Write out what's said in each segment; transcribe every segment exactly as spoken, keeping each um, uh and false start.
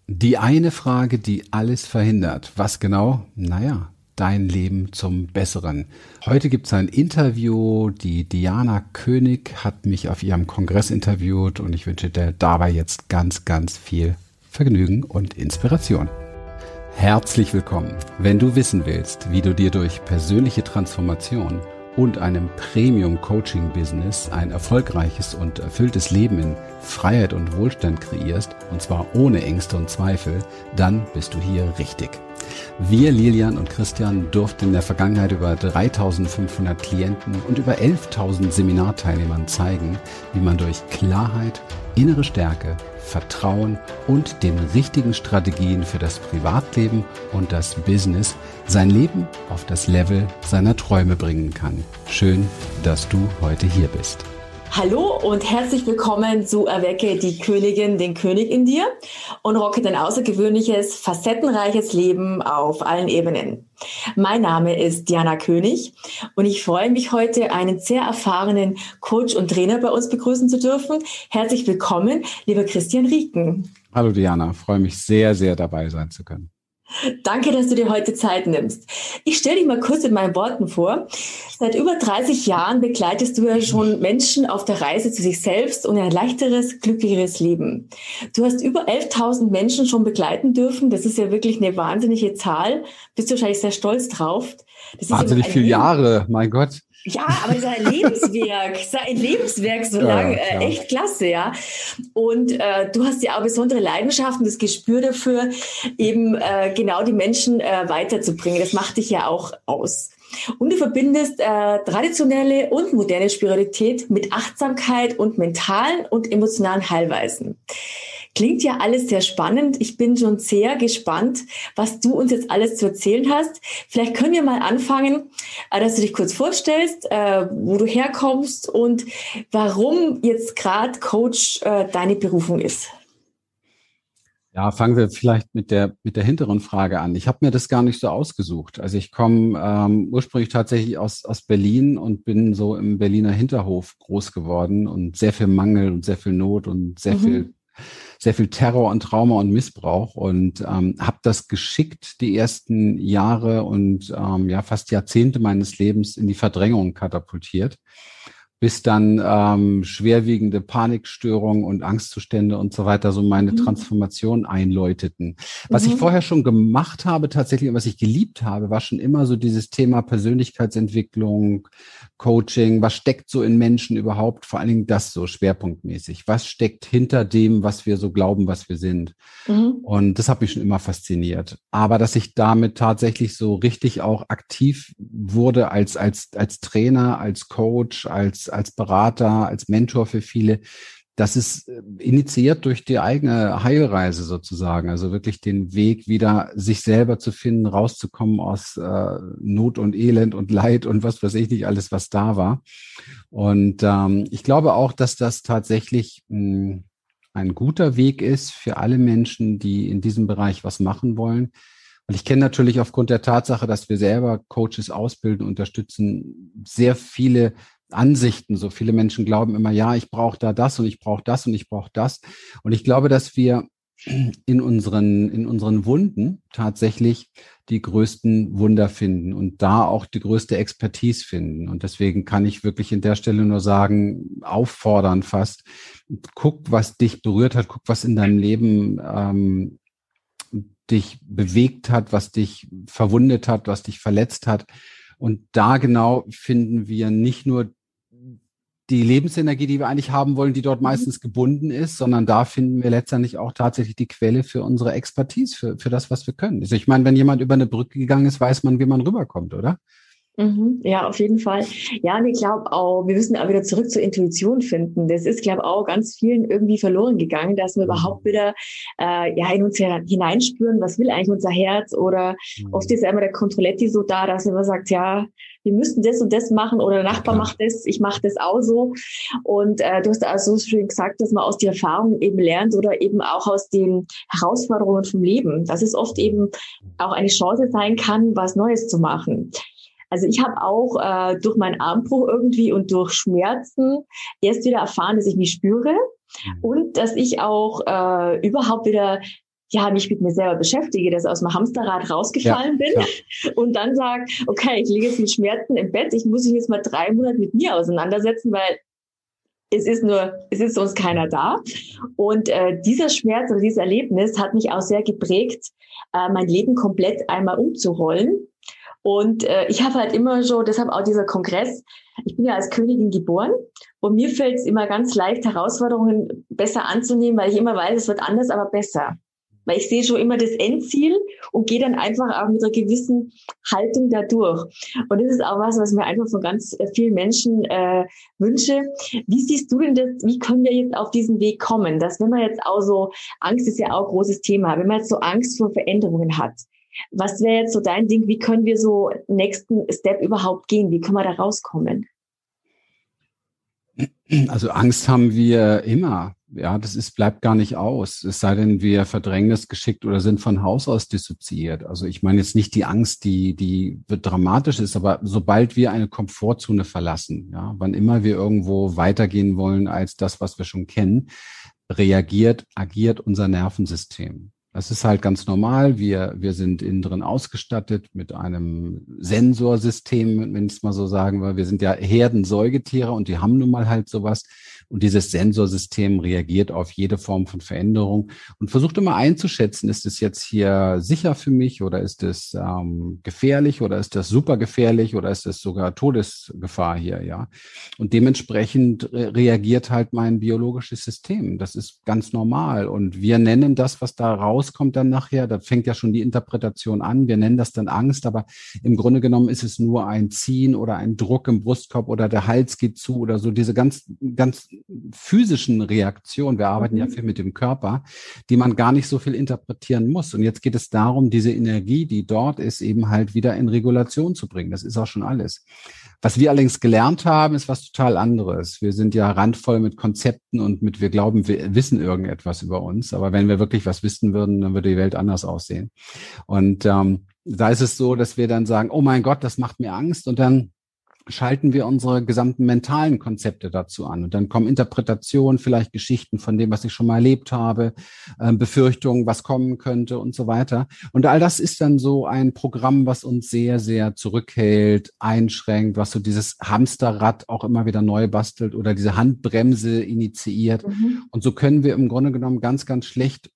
Die eine Frage, die alles verhindert. Was genau? Naja, dein Leben zum Besseren. Heute gibt es ein Interview. Die Diana König hat mich auf ihrem Kongress interviewt und ich wünsche dir dabei jetzt ganz, ganz viel Vergnügen und Inspiration. Herzlich willkommen. Wenn du wissen willst, wie du dir durch persönliche Transformation und einem Premium-Coaching-Business ein erfolgreiches und erfülltes Leben in Freiheit und Wohlstand kreierst, und zwar ohne Ängste und Zweifel, dann bist du hier richtig. Wir, Lilian und Christian, durften in der Vergangenheit über dreitausendfünfhundert Klienten und über elftausend Seminarteilnehmern zeigen, wie man durch Klarheit, innere Stärke, Vertrauen und den richtigen Strategien für das Privatleben und das Business sein Leben auf das Level seiner Träume bringen kann. Schön, dass du heute hier bist. Hallo und herzlich willkommen zu Erwecke die Königin, den König in dir und rocke dein außergewöhnliches, facettenreiches Leben auf allen Ebenen. Mein Name ist Diana König und ich freue mich heute, einen sehr erfahrenen Coach und Trainer bei uns begrüßen zu dürfen. Herzlich willkommen, lieber Christian Rieken. Hallo Diana, freue mich sehr, sehr dabei sein zu können. Danke, dass du dir heute Zeit nimmst. Ich stelle dich mal kurz in meinen Worten vor. Seit über dreißig Jahren begleitest du ja schon Menschen auf der Reise zu sich selbst und ein leichteres, glücklicheres Leben. Du hast über elftausend Menschen schon begleiten dürfen. Das ist ja wirklich eine wahnsinnige Zahl. Bist du wahrscheinlich sehr stolz drauf. Das Wahnsinnig viele Jahre, mein Gott. Ja, aber das ist ein Lebenswerk, das ist ein Lebenswerk so lang, ja, äh, echt klasse, ja. Und äh, du hast ja auch besondere Leidenschaften, das Gespür dafür, eben äh, genau die Menschen äh, weiterzubringen. Das macht dich ja auch aus. Und du verbindest äh, traditionelle und moderne Spiritualität mit Achtsamkeit und mentalen und emotionalen Heilweisen. Klingt ja alles sehr spannend. Ich bin schon sehr gespannt, was du uns jetzt alles zu erzählen hast. Vielleicht können wir mal anfangen, dass du dich kurz vorstellst, wo du herkommst und warum jetzt gerade Coach deine Berufung ist. Ja, fangen wir vielleicht mit der mit der hinteren Frage an. Ich habe mir das gar nicht so ausgesucht. Also ich komme ähm, ursprünglich tatsächlich aus aus Berlin und bin so im Berliner Hinterhof groß geworden und sehr viel Mangel und sehr viel Not und sehr mhm. viel sehr viel Terror und Trauma und Missbrauch und ähm, habe das geschickt die ersten Jahre und ähm, ja fast Jahrzehnte meines Lebens in die Verdrängung katapultiert, bis dann ähm, schwerwiegende Panikstörungen und Angstzustände und so weiter so meine mhm. Transformation einläuteten. Was mhm. ich vorher schon gemacht habe tatsächlich und was ich geliebt habe, war schon immer so dieses Thema Persönlichkeitsentwicklung, Coaching, was steckt so in Menschen überhaupt, vor allen Dingen das so schwerpunktmäßig. Was steckt hinter dem, was wir so glauben, was wir sind? Mhm. Und das hat mich schon immer fasziniert. Aber dass ich damit tatsächlich so richtig auch aktiv wurde als als als Trainer, als Coach, als als Berater, als Mentor für viele, das ist initiiert durch die eigene Heilreise sozusagen. Also wirklich den Weg wieder sich selber zu finden, rauszukommen aus äh, Not und Elend und Leid und was weiß ich nicht alles, was da war. Und ähm, ich glaube auch, dass das tatsächlich mh, ein guter Weg ist für alle Menschen, die in diesem Bereich was machen wollen. Und ich kenne natürlich aufgrund der Tatsache, dass wir selber Coaches ausbilden, unterstützen, sehr viele Ansichten. So viele Menschen glauben immer, ja, ich brauche da das und ich brauche das und ich brauche das. Und ich glaube, dass wir in unseren, in unseren Wunden tatsächlich die größten Wunder finden und da auch die größte Expertise finden. Und deswegen kann ich wirklich in der Stelle nur sagen, auffordern fast, guck, was dich berührt hat, guck, was in deinem Leben ähm, dich bewegt hat, was dich verwundet hat, was dich verletzt hat. Und da genau finden wir nicht nur die Lebensenergie, die wir eigentlich haben wollen, die dort meistens gebunden ist, sondern da finden wir letztendlich auch tatsächlich die Quelle für unsere Expertise, für, für das, was wir können. Also ich meine, wenn jemand über eine Brücke gegangen ist, weiß man, wie man rüberkommt, oder? Mhm, ja, auf jeden Fall. Ja, und ich glaube auch, wir müssen auch wieder zurück zur Intuition finden. Das ist, glaube ich, auch ganz vielen irgendwie verloren gegangen, dass wir mhm. überhaupt wieder äh, ja in uns hineinspüren, was will eigentlich unser Herz, oder mhm. oft ist ja immer der Controletti so da, dass man immer sagt, ja, wir müssten das und das machen oder der Nachbar ja, macht das, ich mache das auch so. Und äh, du hast also so schön gesagt, dass man aus der Erfahrung eben lernt oder eben auch aus den Herausforderungen vom Leben, dass es oft eben auch eine Chance sein kann, was Neues zu machen. Also ich habe auch äh, durch meinen Armbruch irgendwie und durch Schmerzen erst wieder erfahren, dass ich mich spüre und dass ich auch äh, überhaupt wieder ja, mich mit mir selber beschäftige, dass ich aus dem Hamsterrad rausgefallen ja, bin ja. und dann sage, okay, ich liege jetzt mit Schmerzen im Bett, ich muss mich jetzt mal drei Monate mit mir auseinandersetzen, weil es ist nur, es ist sonst keiner da. Und äh, dieser Schmerz oder dieses Erlebnis hat mich auch sehr geprägt, äh, mein Leben komplett einmal umzurollen. Und äh, ich habe halt immer so, deshalb auch dieser Kongress, ich bin ja als Königin geboren und mir fällt es immer ganz leicht, Herausforderungen besser anzunehmen, weil ich immer weiß, es wird anders, aber besser. Weil ich sehe schon immer das Endziel und gehe dann einfach auch mit einer gewissen Haltung da durch. Und das ist auch was, was mir einfach von ganz vielen Menschen äh, wünsche. Wie siehst du denn das, wie können wir jetzt auf diesen Weg kommen? Dass wenn man jetzt auch so, Angst ist ja auch ein großes Thema, wenn man jetzt so Angst vor Veränderungen hat, was wäre jetzt so dein Ding, wie können wir so nächsten Step überhaupt gehen? Wie können wir da rauskommen? Also Angst haben wir immer. Ja, das ist, bleibt gar nicht aus. Es sei denn, wir verdrängen es geschickt oder sind von Haus aus dissoziiert. Also ich meine jetzt nicht die Angst, die, die dramatisch ist, aber sobald wir eine Komfortzone verlassen, ja, wann immer wir irgendwo weitergehen wollen als das, was wir schon kennen, reagiert, agiert unser Nervensystem. Das ist halt ganz normal. Wir, wir sind innen drin ausgestattet mit einem Sensorsystem, wenn ich es mal so sagen will. Wir sind ja Herdensäugetiere und die haben nun mal halt sowas. Und dieses Sensorsystem reagiert auf jede Form von Veränderung und versucht immer einzuschätzen, ist es jetzt hier sicher für mich oder ist es ähm, gefährlich oder ist das super gefährlich oder ist es sogar Todesgefahr hier, ja. Und dementsprechend re- reagiert halt mein biologisches System. Das ist ganz normal. Und wir nennen das, was da rauskommt dann nachher, da fängt ja schon die Interpretation an. Wir nennen das dann Angst, aber im Grunde genommen ist es nur ein Ziehen oder ein Druck im Brustkorb oder der Hals geht zu oder so diese ganz, ganz physischen Reaktionen, wir arbeiten mhm. ja viel mit dem Körper, die man gar nicht so viel interpretieren muss. Und jetzt geht es darum, diese Energie, die dort ist, eben halt wieder in Regulation zu bringen. Das ist auch schon alles. Was wir allerdings gelernt haben, ist was total anderes. Wir sind ja randvoll mit Konzepten und mit, wir glauben, wir wissen irgendetwas über uns. Aber wenn wir wirklich was wissen würden, dann würde die Welt anders aussehen. Und ähm, da ist es so, dass wir dann sagen, oh mein Gott, das macht mir Angst. Und dann schalten wir unsere gesamten mentalen Konzepte dazu an. Und dann kommen Interpretationen, vielleicht Geschichten von dem, was ich schon mal erlebt habe, äh, Befürchtungen, was kommen könnte und so weiter. Und all das ist dann so ein Programm, was uns sehr, sehr zurückhält, einschränkt, was so dieses Hamsterrad auch immer wieder neu bastelt oder diese Handbremse initiiert. Mhm. Und so können wir im Grunde genommen ganz, ganz schlecht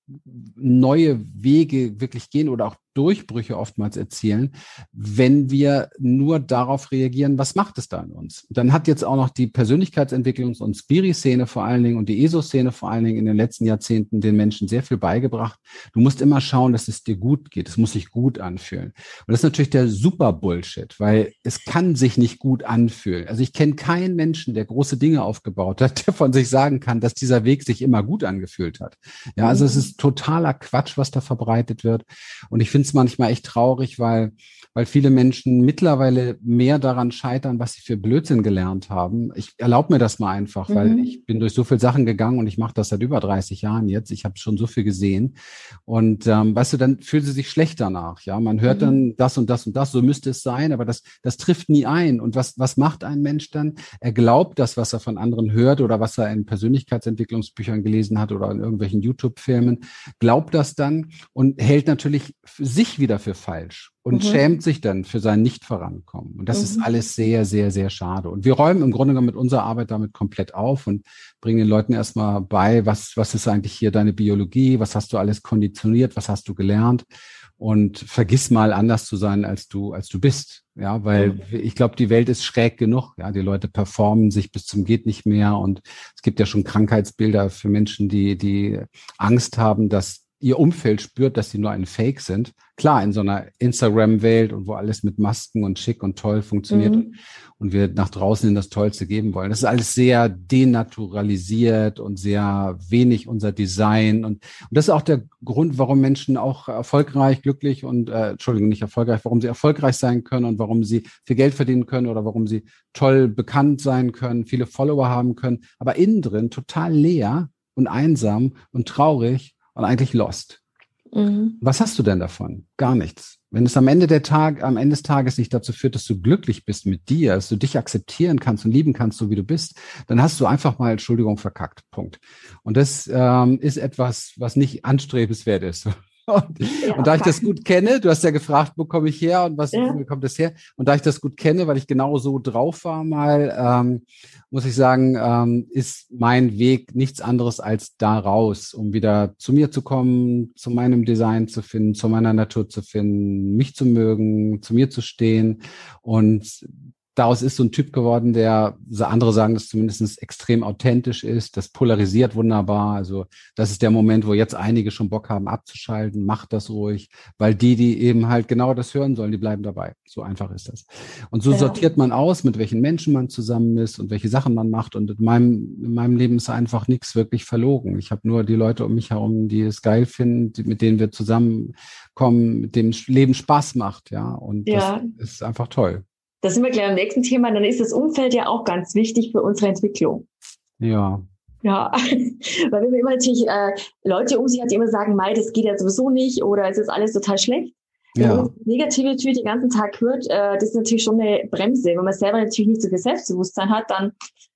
neue Wege wirklich gehen oder auch Durchbrüche oftmals erzielen, wenn wir nur darauf reagieren, was macht es da in uns? Dann hat jetzt auch noch die Persönlichkeitsentwicklungs- und Spiri-Szene vor allen Dingen und die E S O-Szene vor allen Dingen in den letzten Jahrzehnten den Menschen sehr viel beigebracht. Du musst immer schauen, dass es dir gut geht. Es muss sich gut anfühlen. Und das ist natürlich der super Bullshit, weil es kann sich nicht gut anfühlen. Also ich kenne keinen Menschen, der große Dinge aufgebaut hat, der von sich sagen kann, dass dieser Weg sich immer gut angefühlt hat. Ja, also es ist totaler Quatsch, was da verbreitet wird. Und ich finde es manchmal echt traurig, weil, weil viele Menschen mittlerweile mehr daran scheitern, was sie für Blödsinn gelernt haben. Ich erlaube mir das mal einfach, mhm. weil ich bin durch so viele Sachen gegangen und ich mache das seit über dreißig Jahren jetzt. Ich habe schon so viel gesehen. Und ähm, weißt du, dann fühlen sie sich schlecht danach. Ja, man hört mhm. dann das und das und das, so müsste es sein, aber das, das trifft nie ein. Und was, was macht ein Mensch dann? Er glaubt das, was er von anderen hört oder was er in Persönlichkeitsentwicklungsbüchern gelesen hat oder in irgendwelchen YouTube-Filmen, glaubt das dann und hält natürlich sich wieder für falsch und mhm. schämt sich dann für sein Nicht-Vorankommen. Und das mhm. ist alles sehr, sehr, sehr schade. Und wir räumen im Grunde genommen mit unserer Arbeit damit komplett auf und bringen den Leuten erstmal bei, was, was ist eigentlich hier deine Biologie, was hast du alles konditioniert, was hast du gelernt und vergiss mal anders zu sein, als du, als du bist. Ja, weil mhm. ich glaube, die Welt ist schräg genug. Ja, die Leute performen sich bis zum geht nicht mehr und es gibt ja schon Krankheitsbilder für Menschen, die, die Angst haben, dass ihr Umfeld spürt, dass sie nur ein Fake sind. Klar, in so einer Instagram-Welt und wo alles mit Masken und schick und toll funktioniert mhm. und wir nach draußen in das Tollste geben wollen. Das ist alles sehr denaturalisiert und sehr wenig unser Design. Und, und das ist auch der Grund, warum Menschen auch erfolgreich, glücklich und, äh, Entschuldigung, nicht erfolgreich, warum sie erfolgreich sein können und warum sie viel Geld verdienen können oder warum sie toll bekannt sein können, viele Follower haben können, aber innen drin total leer und einsam und traurig und eigentlich lost. Mhm. Was hast du denn davon? Gar nichts. Wenn es am Ende der Tag, am Ende des Tages nicht dazu führt, dass du glücklich bist mit dir, dass du dich akzeptieren kannst und lieben kannst, so wie du bist, dann hast du einfach mal, Entschuldigung, verkackt. Punkt. Und das ähm, ist etwas, was nicht anstrebenswert ist. Und, Ja, und da ich das gut kenne, du hast ja gefragt, wo komme ich her und was, ja. wo kommt das her? Und da ich das gut kenne, weil ich genau so drauf war mal, ähm, muss ich sagen, ähm, ist mein Weg nichts anderes als da raus, um wieder zu mir zu kommen, zu meinem Design zu finden, zu meiner Natur zu finden, mich zu mögen, zu mir zu stehen. Und daraus ist so ein Typ geworden, der, andere sagen, das zumindest extrem authentisch ist. Das polarisiert wunderbar. Also das ist der Moment, wo jetzt einige schon Bock haben abzuschalten. Macht das ruhig, weil die, die eben halt genau das hören sollen, die bleiben dabei. So einfach ist das. Und so Ja. sortiert man aus, mit welchen Menschen man zusammen ist und welche Sachen man macht. Und in meinem, in meinem Leben ist einfach nichts wirklich verlogen. Ich habe nur die Leute um mich herum, die es geil finden, die, mit denen wir zusammenkommen, mit denen Leben Spaß macht. Ja, und Ja. das ist einfach toll. Da sind wir gleich am nächsten Thema. Dann ist das Umfeld ja auch ganz wichtig für unsere Entwicklung. Ja. Ja, weil wenn wir immer natürlich äh, Leute um sich hat, die immer sagen, Mei, das geht ja sowieso nicht oder es ist alles total schlecht. Wenn Ja. man das negative Tür den ganzen Tag hört, äh, das ist natürlich schon eine Bremse. Wenn man selber natürlich nicht so viel Selbstbewusstsein hat, dann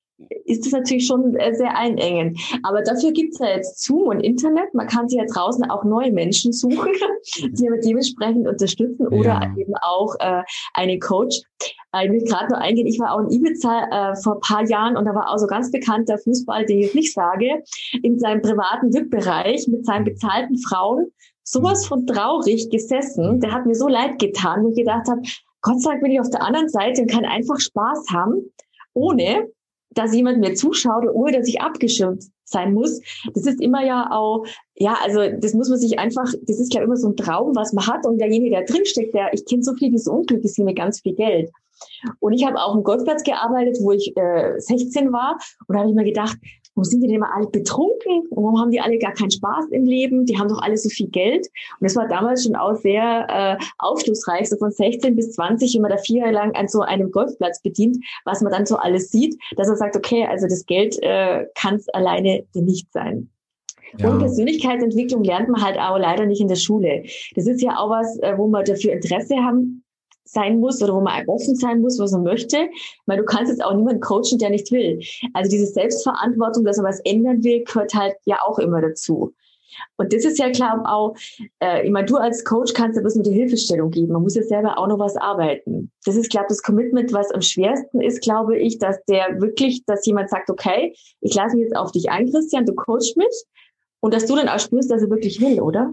ist das natürlich schon äh, sehr einengend. Aber dafür gibt's ja jetzt Zoom und Internet. Man kann sich ja draußen auch neue Menschen suchen, die man dementsprechend unterstützen oder Ja. eben auch äh, einen Coach. Äh, ich will gerade nur eingehen, ich war auch in Ibiza äh, vor ein paar Jahren und da war auch so ganz bekannter Fußballer, den ich jetzt nicht sage, in seinem privaten V I P-Bereich mit seinen bezahlten Frauen sowas von traurig gesessen. Der hat mir so leid getan, wo ich gedacht habe, Gott sei Dank bin ich auf der anderen Seite und kann einfach Spaß haben, ohne dass jemand mir zuschaut oder ohne dass ich abgeschirmt sein muss. Das ist immer ja auch, ja, also das muss man sich einfach, das ist ja immer so ein Traum, was man hat und derjenige, der drinsteckt, der, ich kenne so viel, die so unglücklich sind mit ganz viel Geld. Und ich habe auch am Golfplatz gearbeitet, wo ich äh, sechzehn war und da habe ich mir gedacht, warum sind die denn immer alle betrunken? Und warum haben die alle gar keinen Spaß im Leben? Die haben doch alle so viel Geld. Und das war damals schon auch sehr äh, aufschlussreich, so von sechzehn bis zwanzig, wenn man da vier Jahre lang an so einem Golfplatz bedient, was man dann so alles sieht, dass man sagt, okay, also das Geld äh, kann es alleine nicht sein. Ja. Und Persönlichkeitsentwicklung lernt man halt auch leider nicht in der Schule. Das ist ja auch was, äh, wo man dafür Interesse haben sein muss oder wo man offen sein muss, was man möchte, weil du kannst jetzt auch niemanden coachen, der nicht will. Also diese Selbstverantwortung, dass man was ändern will, gehört halt ja auch immer dazu. Und das ist ja klar auch, äh, ich meine, du als Coach kannst ja bloß nur die Hilfestellung geben. Man muss ja selber auch noch was arbeiten. Das ist, glaube ich, das Commitment, was am schwersten ist, glaube ich, dass der wirklich, dass jemand sagt, okay, ich lasse mich jetzt auf dich ein, Christian, du coachst mich und dass du dann auch spürst, dass er wirklich will, oder?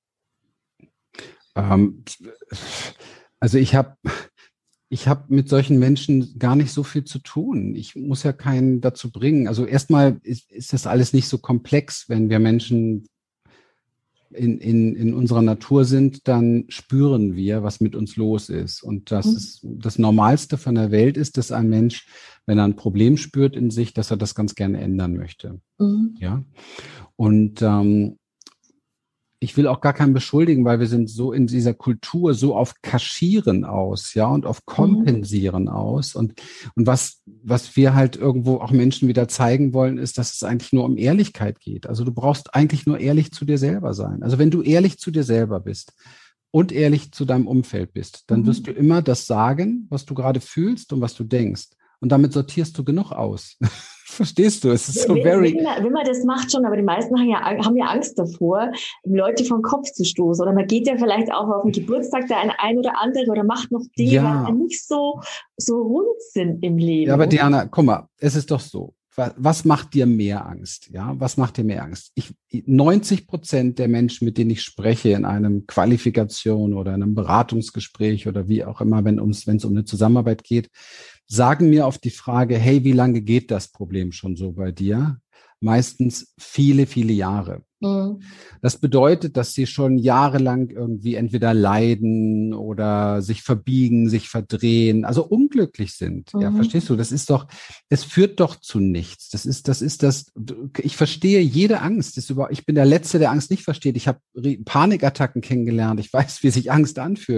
Ähm, Also ich habe ich hab mit solchen Menschen gar nicht so viel zu tun. Ich muss ja keinen dazu bringen. Also erstmal ist, ist das alles nicht so komplex. Wenn wir Menschen in, in, in unserer Natur sind, dann spüren wir, was mit uns los ist. Und das Mhm. ist das Normalste von der Welt ist, dass ein Mensch, wenn er ein Problem spürt in sich, dass er das ganz gerne ändern möchte. Mhm. Ja. Und ähm, ich will auch gar keinen beschuldigen, weil wir sind so in dieser Kultur so auf Kaschieren aus, ja, und auf Kompensieren mhm. aus. Und, und was, was wir halt irgendwo auch Menschen wieder zeigen wollen, ist, dass es eigentlich nur um Ehrlichkeit geht. Also du brauchst eigentlich nur ehrlich zu dir selber sein. Also wenn du ehrlich zu dir selber bist und ehrlich zu deinem Umfeld bist, dann mhm. wirst du immer das sagen, was du gerade fühlst und was du denkst. Und damit sortierst du genug aus. Verstehst du? Es ist so wenn, very... Wenn man, wenn man das macht schon, aber die meisten haben ja, haben ja Angst davor, Leute vom Kopf zu stoßen. Oder man geht ja vielleicht auch auf den Geburtstag der ein, ein oder andere oder macht noch Dinge, ja. die nicht so, so rund sind im Leben. Ja, aber Diana, guck mal, es ist doch so. Was macht dir mehr Angst? Ja, was macht dir mehr Angst? Ich, neunzig Prozent der Menschen, mit denen ich spreche in einem Qualifikation oder einem Beratungsgespräch oder wie auch immer, wenn ums, wenn es um eine Zusammenarbeit geht, sagen mir auf die Frage, hey, wie lange geht das Problem schon so bei dir? Meistens viele, viele Jahre. Mhm. Das bedeutet, dass sie schon jahrelang irgendwie entweder leiden oder sich verbiegen, sich verdrehen, also unglücklich sind. Mhm. Ja, verstehst du? Das ist doch, es führt doch zu nichts. Das ist, das ist das, ich verstehe jede Angst. Das ist über, ich bin der Letzte, der Angst nicht versteht. Ich habe Panikattacken kennengelernt. Ich weiß, wie sich Angst anfühlt.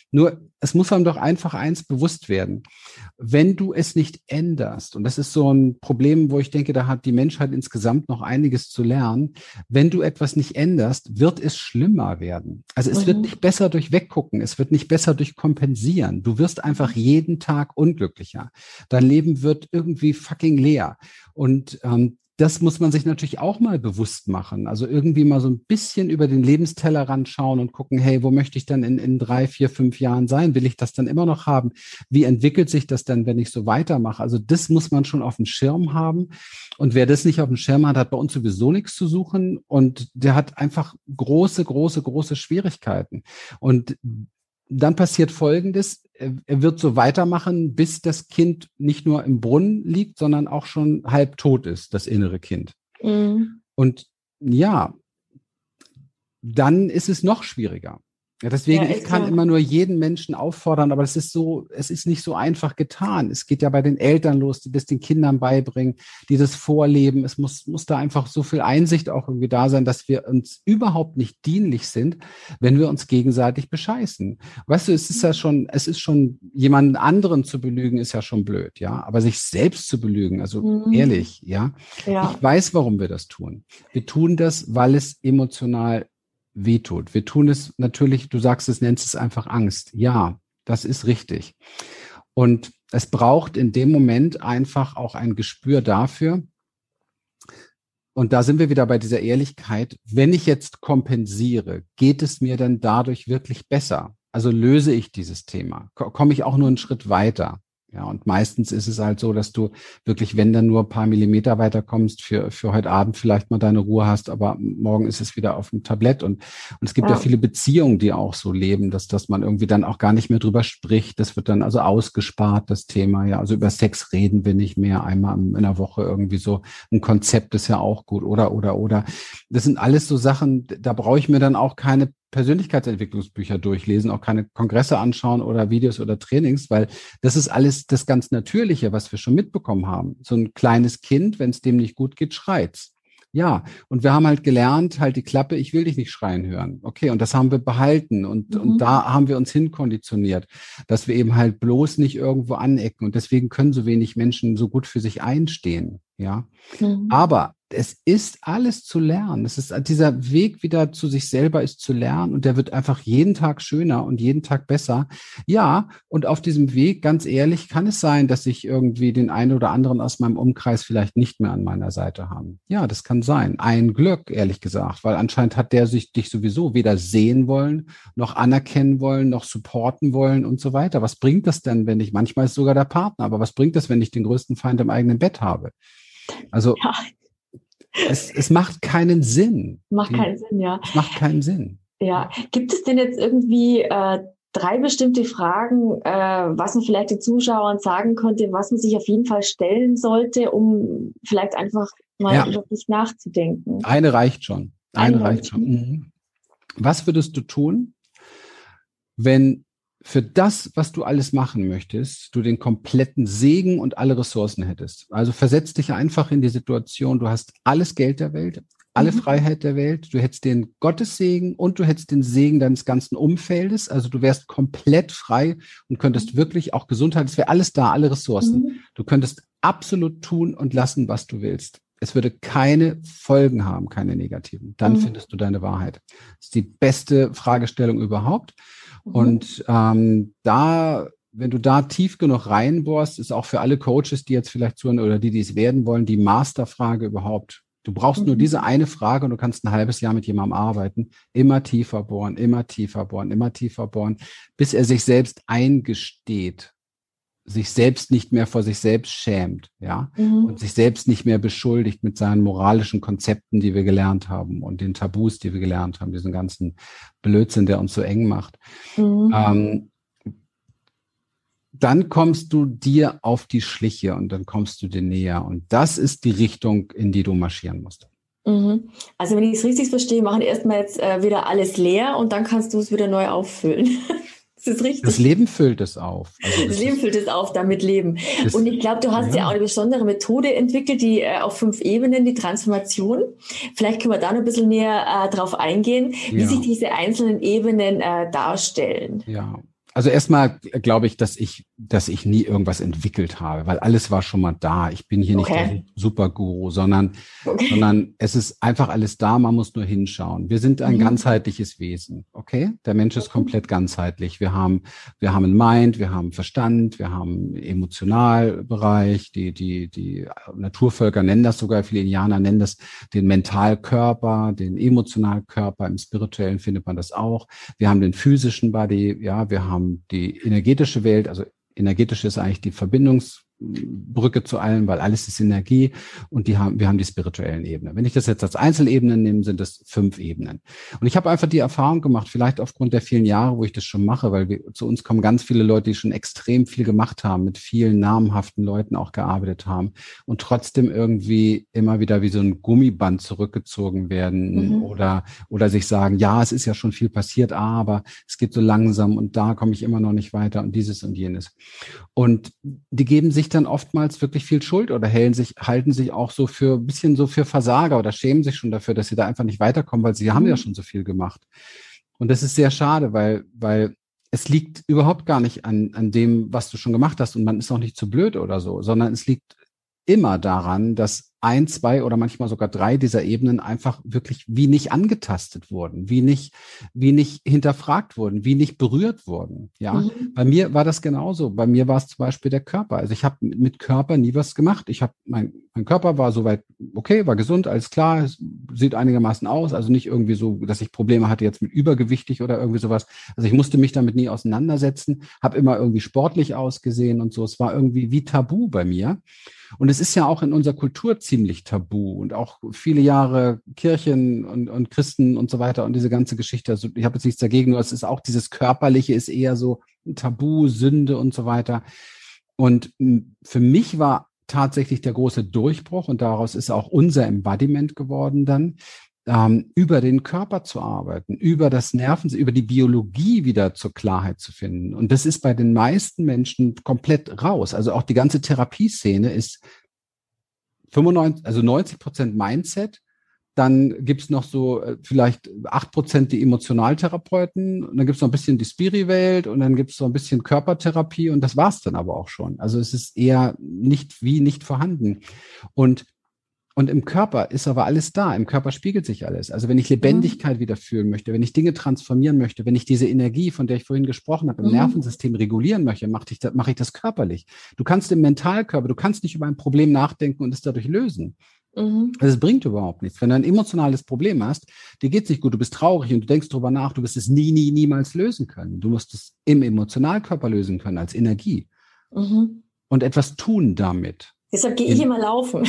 Nur, es muss einem doch einfach eins bewusst werden. Wenn du es nicht änderst, und das ist so ein Problem, wo ich denke, da hat die Menschheit insgesamt noch einiges zu lernen. Wenn du etwas nicht änderst, wird es schlimmer werden. Also es mhm. wird nicht besser durch Weggucken, es wird nicht besser durch Kompensieren. Du wirst einfach jeden Tag unglücklicher. Dein Leben wird irgendwie fucking leer. Und ähm, das muss man sich natürlich auch mal bewusst machen. Also irgendwie mal so ein bisschen über den Lebenstellerrand schauen und gucken, hey, wo möchte ich dann in, in drei, vier, fünf Jahren sein? Will ich das dann immer noch haben? Wie entwickelt sich das dann, wenn ich so weitermache? Also das muss man schon auf dem Schirm haben. Und wer das nicht auf dem Schirm hat, hat bei uns sowieso nichts zu suchen. Und der hat einfach große, große, große Schwierigkeiten. Und dann passiert Folgendes, er wird so weitermachen, bis das Kind nicht nur im Brunnen liegt, sondern auch schon halb tot ist, das innere Kind. Mhm. Und ja, dann ist es noch schwieriger. Ja, deswegen, ja, ich kann ja. immer nur jeden Menschen auffordern, aber es ist so, es ist nicht so einfach getan. Es geht ja bei den Eltern los, die das den Kindern beibringen, die das vorleben. Es muss, muss da einfach so viel Einsicht auch irgendwie da sein, dass wir uns überhaupt nicht dienlich sind, wenn wir uns gegenseitig bescheißen. Weißt du, es ist ja schon, es ist schon, jemanden anderen zu belügen, ist ja schon blöd, ja. Aber sich selbst zu belügen, also mhm. ehrlich, ja? ja. Ich weiß, warum wir das tun. Wir tun das, weil es emotional wehtut. Wir tun es natürlich, du sagst es, nennst es einfach Angst. Ja, das ist richtig. Und es braucht in dem Moment einfach auch ein Gespür dafür. Und da sind wir wieder bei dieser Ehrlichkeit. Wenn ich jetzt kompensiere, geht es mir dann dadurch wirklich besser? Also löse ich dieses Thema? Komme ich auch nur einen Schritt weiter? Ja, und meistens ist es halt so, dass du wirklich, wenn dann nur ein paar Millimeter weiterkommst, für, für heute Abend vielleicht mal deine Ruhe hast, aber morgen ist es wieder auf dem Tablett. Und, und es gibt ja. ja viele Beziehungen, die auch so leben, dass, dass man irgendwie dann auch gar nicht mehr drüber spricht. Das wird dann also ausgespart, das Thema. Ja, also über Sex reden wir nicht mehr einmal in der Woche irgendwie so. Ein Konzept ist ja auch gut, oder, oder, oder. Das sind alles so Sachen, da brauche ich mir dann auch keine Persönlichkeitsentwicklungsbücher durchlesen, auch keine Kongresse anschauen oder Videos oder Trainings, weil das ist alles das ganz Natürliche, was wir schon mitbekommen haben. So ein kleines Kind, wenn es dem nicht gut geht, schreit's. Ja, und wir haben halt gelernt, halt die Klappe, ich will dich nicht schreien hören. Okay, und das haben wir behalten und, mhm. und da haben wir uns hinkonditioniert, dass wir eben halt bloß nicht irgendwo anecken und deswegen können so wenig Menschen so gut für sich einstehen. Ja, mhm. aber es ist alles zu lernen. Es ist dieser Weg wieder zu sich selber ist zu lernen und der wird einfach jeden Tag schöner und jeden Tag besser. Ja, und auf diesem Weg, ganz ehrlich, kann es sein, dass ich irgendwie den einen oder anderen aus meinem Umkreis vielleicht nicht mehr an meiner Seite haben. Ja, das kann sein. Ein Glück, ehrlich gesagt, weil anscheinend hat der sich dich sowieso weder sehen wollen, noch anerkennen wollen, noch supporten wollen und so weiter. Was bringt das denn, wenn ich, manchmal ist sogar der Partner, aber was bringt das, wenn ich den größten Feind im eigenen Bett habe? Also, ja. Es, es macht keinen Sinn. Macht keinen Sinn, ja. Es macht keinen Sinn. Ja. Gibt es denn jetzt irgendwie äh, drei bestimmte Fragen, äh, was man vielleicht den Zuschauern sagen könnte, was man sich auf jeden Fall stellen sollte, um vielleicht einfach mal ja. über sich nachzudenken? Eine reicht schon. Eine, Eine reicht schon. Mhm. Was würdest du tun, wenn für das, was du alles machen möchtest, du den kompletten Segen und alle Ressourcen hättest? Also versetz dich einfach in die Situation, du hast alles Geld der Welt, alle mhm. Freiheit der Welt, du hättest den Gottessegen und du hättest den Segen deines ganzen Umfeldes, also du wärst komplett frei und könntest mhm. wirklich auch Gesundheit, es wäre alles da, alle Ressourcen. Mhm. Du könntest absolut tun und lassen, was du willst. Es würde keine Folgen haben, keine negativen. Dann mhm. findest du deine Wahrheit. Das ist die beste Fragestellung überhaupt. Und ähm, da, wenn du da tief genug reinbohrst, ist auch für alle Coaches, die jetzt vielleicht zuhören oder die, die es werden wollen, die Masterfrage überhaupt. Du brauchst mhm. nur diese eine Frage und du kannst ein halbes Jahr mit jemandem arbeiten. Immer tiefer bohren, immer tiefer bohren, immer tiefer bohren, bis er sich selbst eingesteht, sich selbst nicht mehr vor sich selbst schämt, ja, mhm. und sich selbst nicht mehr beschuldigt mit seinen moralischen Konzepten, die wir gelernt haben und den Tabus, die wir gelernt haben, diesen ganzen Blödsinn, der uns so eng macht. Mhm. Ähm, dann kommst du dir auf die Schliche und dann kommst du dir näher und das ist die Richtung, in die du marschieren musst. Mhm. Also wenn ich es richtig verstehe, machen erstmal jetzt äh, wieder alles leer und dann kannst du es wieder neu auffüllen. Das ist richtig. Das Leben füllt es auf. Also das, das Leben füllt es auf, damit Leben. Und ich glaube, du hast ja. ja auch eine besondere Methode entwickelt, die äh, auf fünf Ebenen, die Transformation. Vielleicht können wir da noch ein bisschen näher äh, drauf eingehen, wie ja. sich diese einzelnen Ebenen äh, darstellen. Ja, Also erstmal glaube ich, dass ich, dass ich nie irgendwas entwickelt habe, weil alles war schon mal da. Ich bin hier nicht Okay. der Superguru, sondern, Okay. sondern es ist einfach alles da. Man muss nur hinschauen. Wir sind ein Mhm. ganzheitliches Wesen. Okay? Der Mensch ist komplett ganzheitlich. Wir haben, wir haben einen Mind, wir haben Verstand, wir haben einen Emotionalbereich. Die, die, die Naturvölker nennen das sogar, viele Indianer nennen das den Mentalkörper, den Emotionalkörper. Im Spirituellen findet man das auch. Wir haben den physischen Body, ja, wir haben die energetische Welt, also energetisch ist eigentlich die Verbindungsbrücke zu allem, weil alles ist Energie und die haben, wir haben die spirituellen Ebenen. Wenn ich das jetzt als Einzelebenen nehme, sind das fünf Ebenen. Und ich habe einfach die Erfahrung gemacht, vielleicht aufgrund der vielen Jahre, wo ich das schon mache, weil wir, zu uns kommen ganz viele Leute, die schon extrem viel gemacht haben, mit vielen namhaften Leuten auch gearbeitet haben und trotzdem irgendwie immer wieder wie so ein Gummiband zurückgezogen werden mhm. oder, oder sich sagen, ja, es ist ja schon viel passiert, aber es geht so langsam und da komme ich immer noch nicht weiter und dieses und jenes. Und die geben sich dann oftmals wirklich viel Schuld oder halten sich, halten sich auch so für ein bisschen so für Versager oder schämen sich schon dafür, dass sie da einfach nicht weiterkommen, weil sie mhm. haben ja schon so viel gemacht. Und das ist sehr schade, weil, weil es liegt überhaupt gar nicht an, an dem, was du schon gemacht hast und man ist auch nicht zu blöd oder so, sondern es liegt immer daran, dass ein, zwei oder manchmal sogar drei dieser Ebenen einfach wirklich wie nicht angetastet wurden, wie nicht, wie nicht hinterfragt wurden, wie nicht berührt wurden. Ja, mhm. Bei mir war das genauso. Bei mir war es zum Beispiel der Körper. Also ich habe mit Körper nie was gemacht. Ich habe mein, mein Körper war soweit okay, war gesund, alles klar, es sieht einigermaßen aus. Also nicht irgendwie so, dass ich Probleme hatte jetzt mit übergewichtig oder irgendwie sowas. Also ich musste mich damit nie auseinandersetzen, habe immer irgendwie sportlich ausgesehen und so. Es war irgendwie wie Tabu bei mir. Und es ist ja auch in unserer Kultur ziemlich tabu und auch viele Jahre Kirchen und, und Christen und so weiter und diese ganze Geschichte. Also ich habe jetzt nichts dagegen, nur es ist auch dieses Körperliche ist eher so Tabu, Sünde und so weiter. Und für mich war tatsächlich der große Durchbruch und daraus ist auch unser Embodiment geworden dann, ähm, über den Körper zu arbeiten, über das Nerven, über die Biologie wieder zur Klarheit zu finden. Und das ist bei den meisten Menschen komplett raus. Also auch die ganze Therapieszene ist fünfundneunzig, also neunzig Prozent Mindset. Dann gibt's noch so äh, vielleicht acht Prozent die Emotionaltherapeuten. Und dann gibt's noch ein bisschen die Spiri-Welt und dann gibt's so ein bisschen Körpertherapie und das war's dann aber auch schon. Also es ist eher nicht wie nicht vorhanden. Und Und im Körper ist aber alles da. Im Körper spiegelt sich alles. Also wenn ich Lebendigkeit mhm. wieder fühlen möchte, wenn ich Dinge transformieren möchte, wenn ich diese Energie, von der ich vorhin gesprochen habe, im mhm. Nervensystem regulieren möchte, mache ich, das, mache ich das körperlich. Du kannst im Mentalkörper, du kannst nicht über ein Problem nachdenken und es dadurch lösen. Mhm. Also es bringt überhaupt nichts. Wenn du ein emotionales Problem hast, dir geht's nicht gut, du bist traurig und du denkst drüber nach, du wirst es nie, nie, niemals lösen können. Du musst es im Emotionalkörper lösen können als Energie. Mhm. Und etwas tun damit. Deshalb gehe ich immer laufen.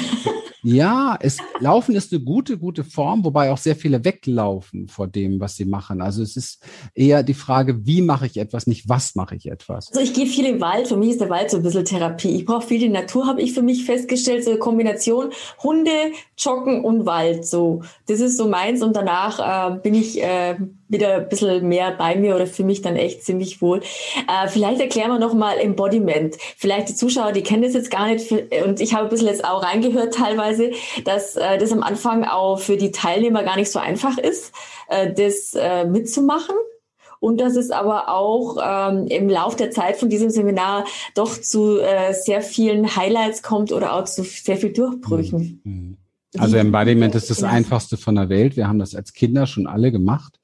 Ja, es, Laufen ist eine gute, gute Form, wobei auch sehr viele weglaufen vor dem, was sie machen. Also es ist eher die Frage, wie mache ich etwas, nicht was mache ich etwas. Also ich gehe viel im Wald, für mich ist der Wald so ein bisschen Therapie. Ich brauche viel die Natur, habe ich für mich festgestellt, so eine Kombination Hunde, Joggen und Wald. So, das ist so meins und danach äh, bin ich äh, wieder ein bisschen mehr bei mir oder fühle mich dann echt ziemlich wohl. Äh, vielleicht erklären wir nochmal Embodiment. Vielleicht die Zuschauer, die kennen das jetzt gar nicht und ich habe ein bisschen jetzt auch reingehört teilweise, dass äh, das am Anfang auch für die Teilnehmer gar nicht so einfach ist, äh, das äh, mitzumachen. Und dass es aber auch ähm, im Lauf der Zeit von diesem Seminar doch zu äh, sehr vielen Highlights kommt oder auch zu sehr viel Durchbrüchen. Also Embodiment ist das Einfachste von der Welt. Wir haben das als Kinder schon alle gemacht.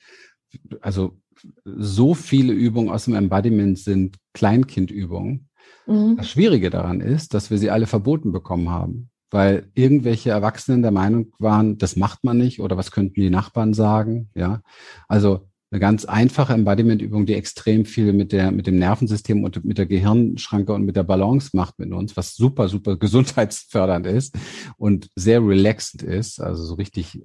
Also so viele Übungen aus dem Embodiment sind Kleinkindübungen. Mhm. Das Schwierige daran ist, dass wir sie alle verboten bekommen haben, weil irgendwelche Erwachsenen der Meinung waren, das macht man nicht oder was könnten die Nachbarn sagen, ja. Also eine ganz einfache Embodiment-Übung, die extrem viel mit der, mit dem Nervensystem und mit der Gehirnschranke und mit der Balance macht mit uns, was super, super gesundheitsfördernd ist und sehr relaxend ist, also so richtig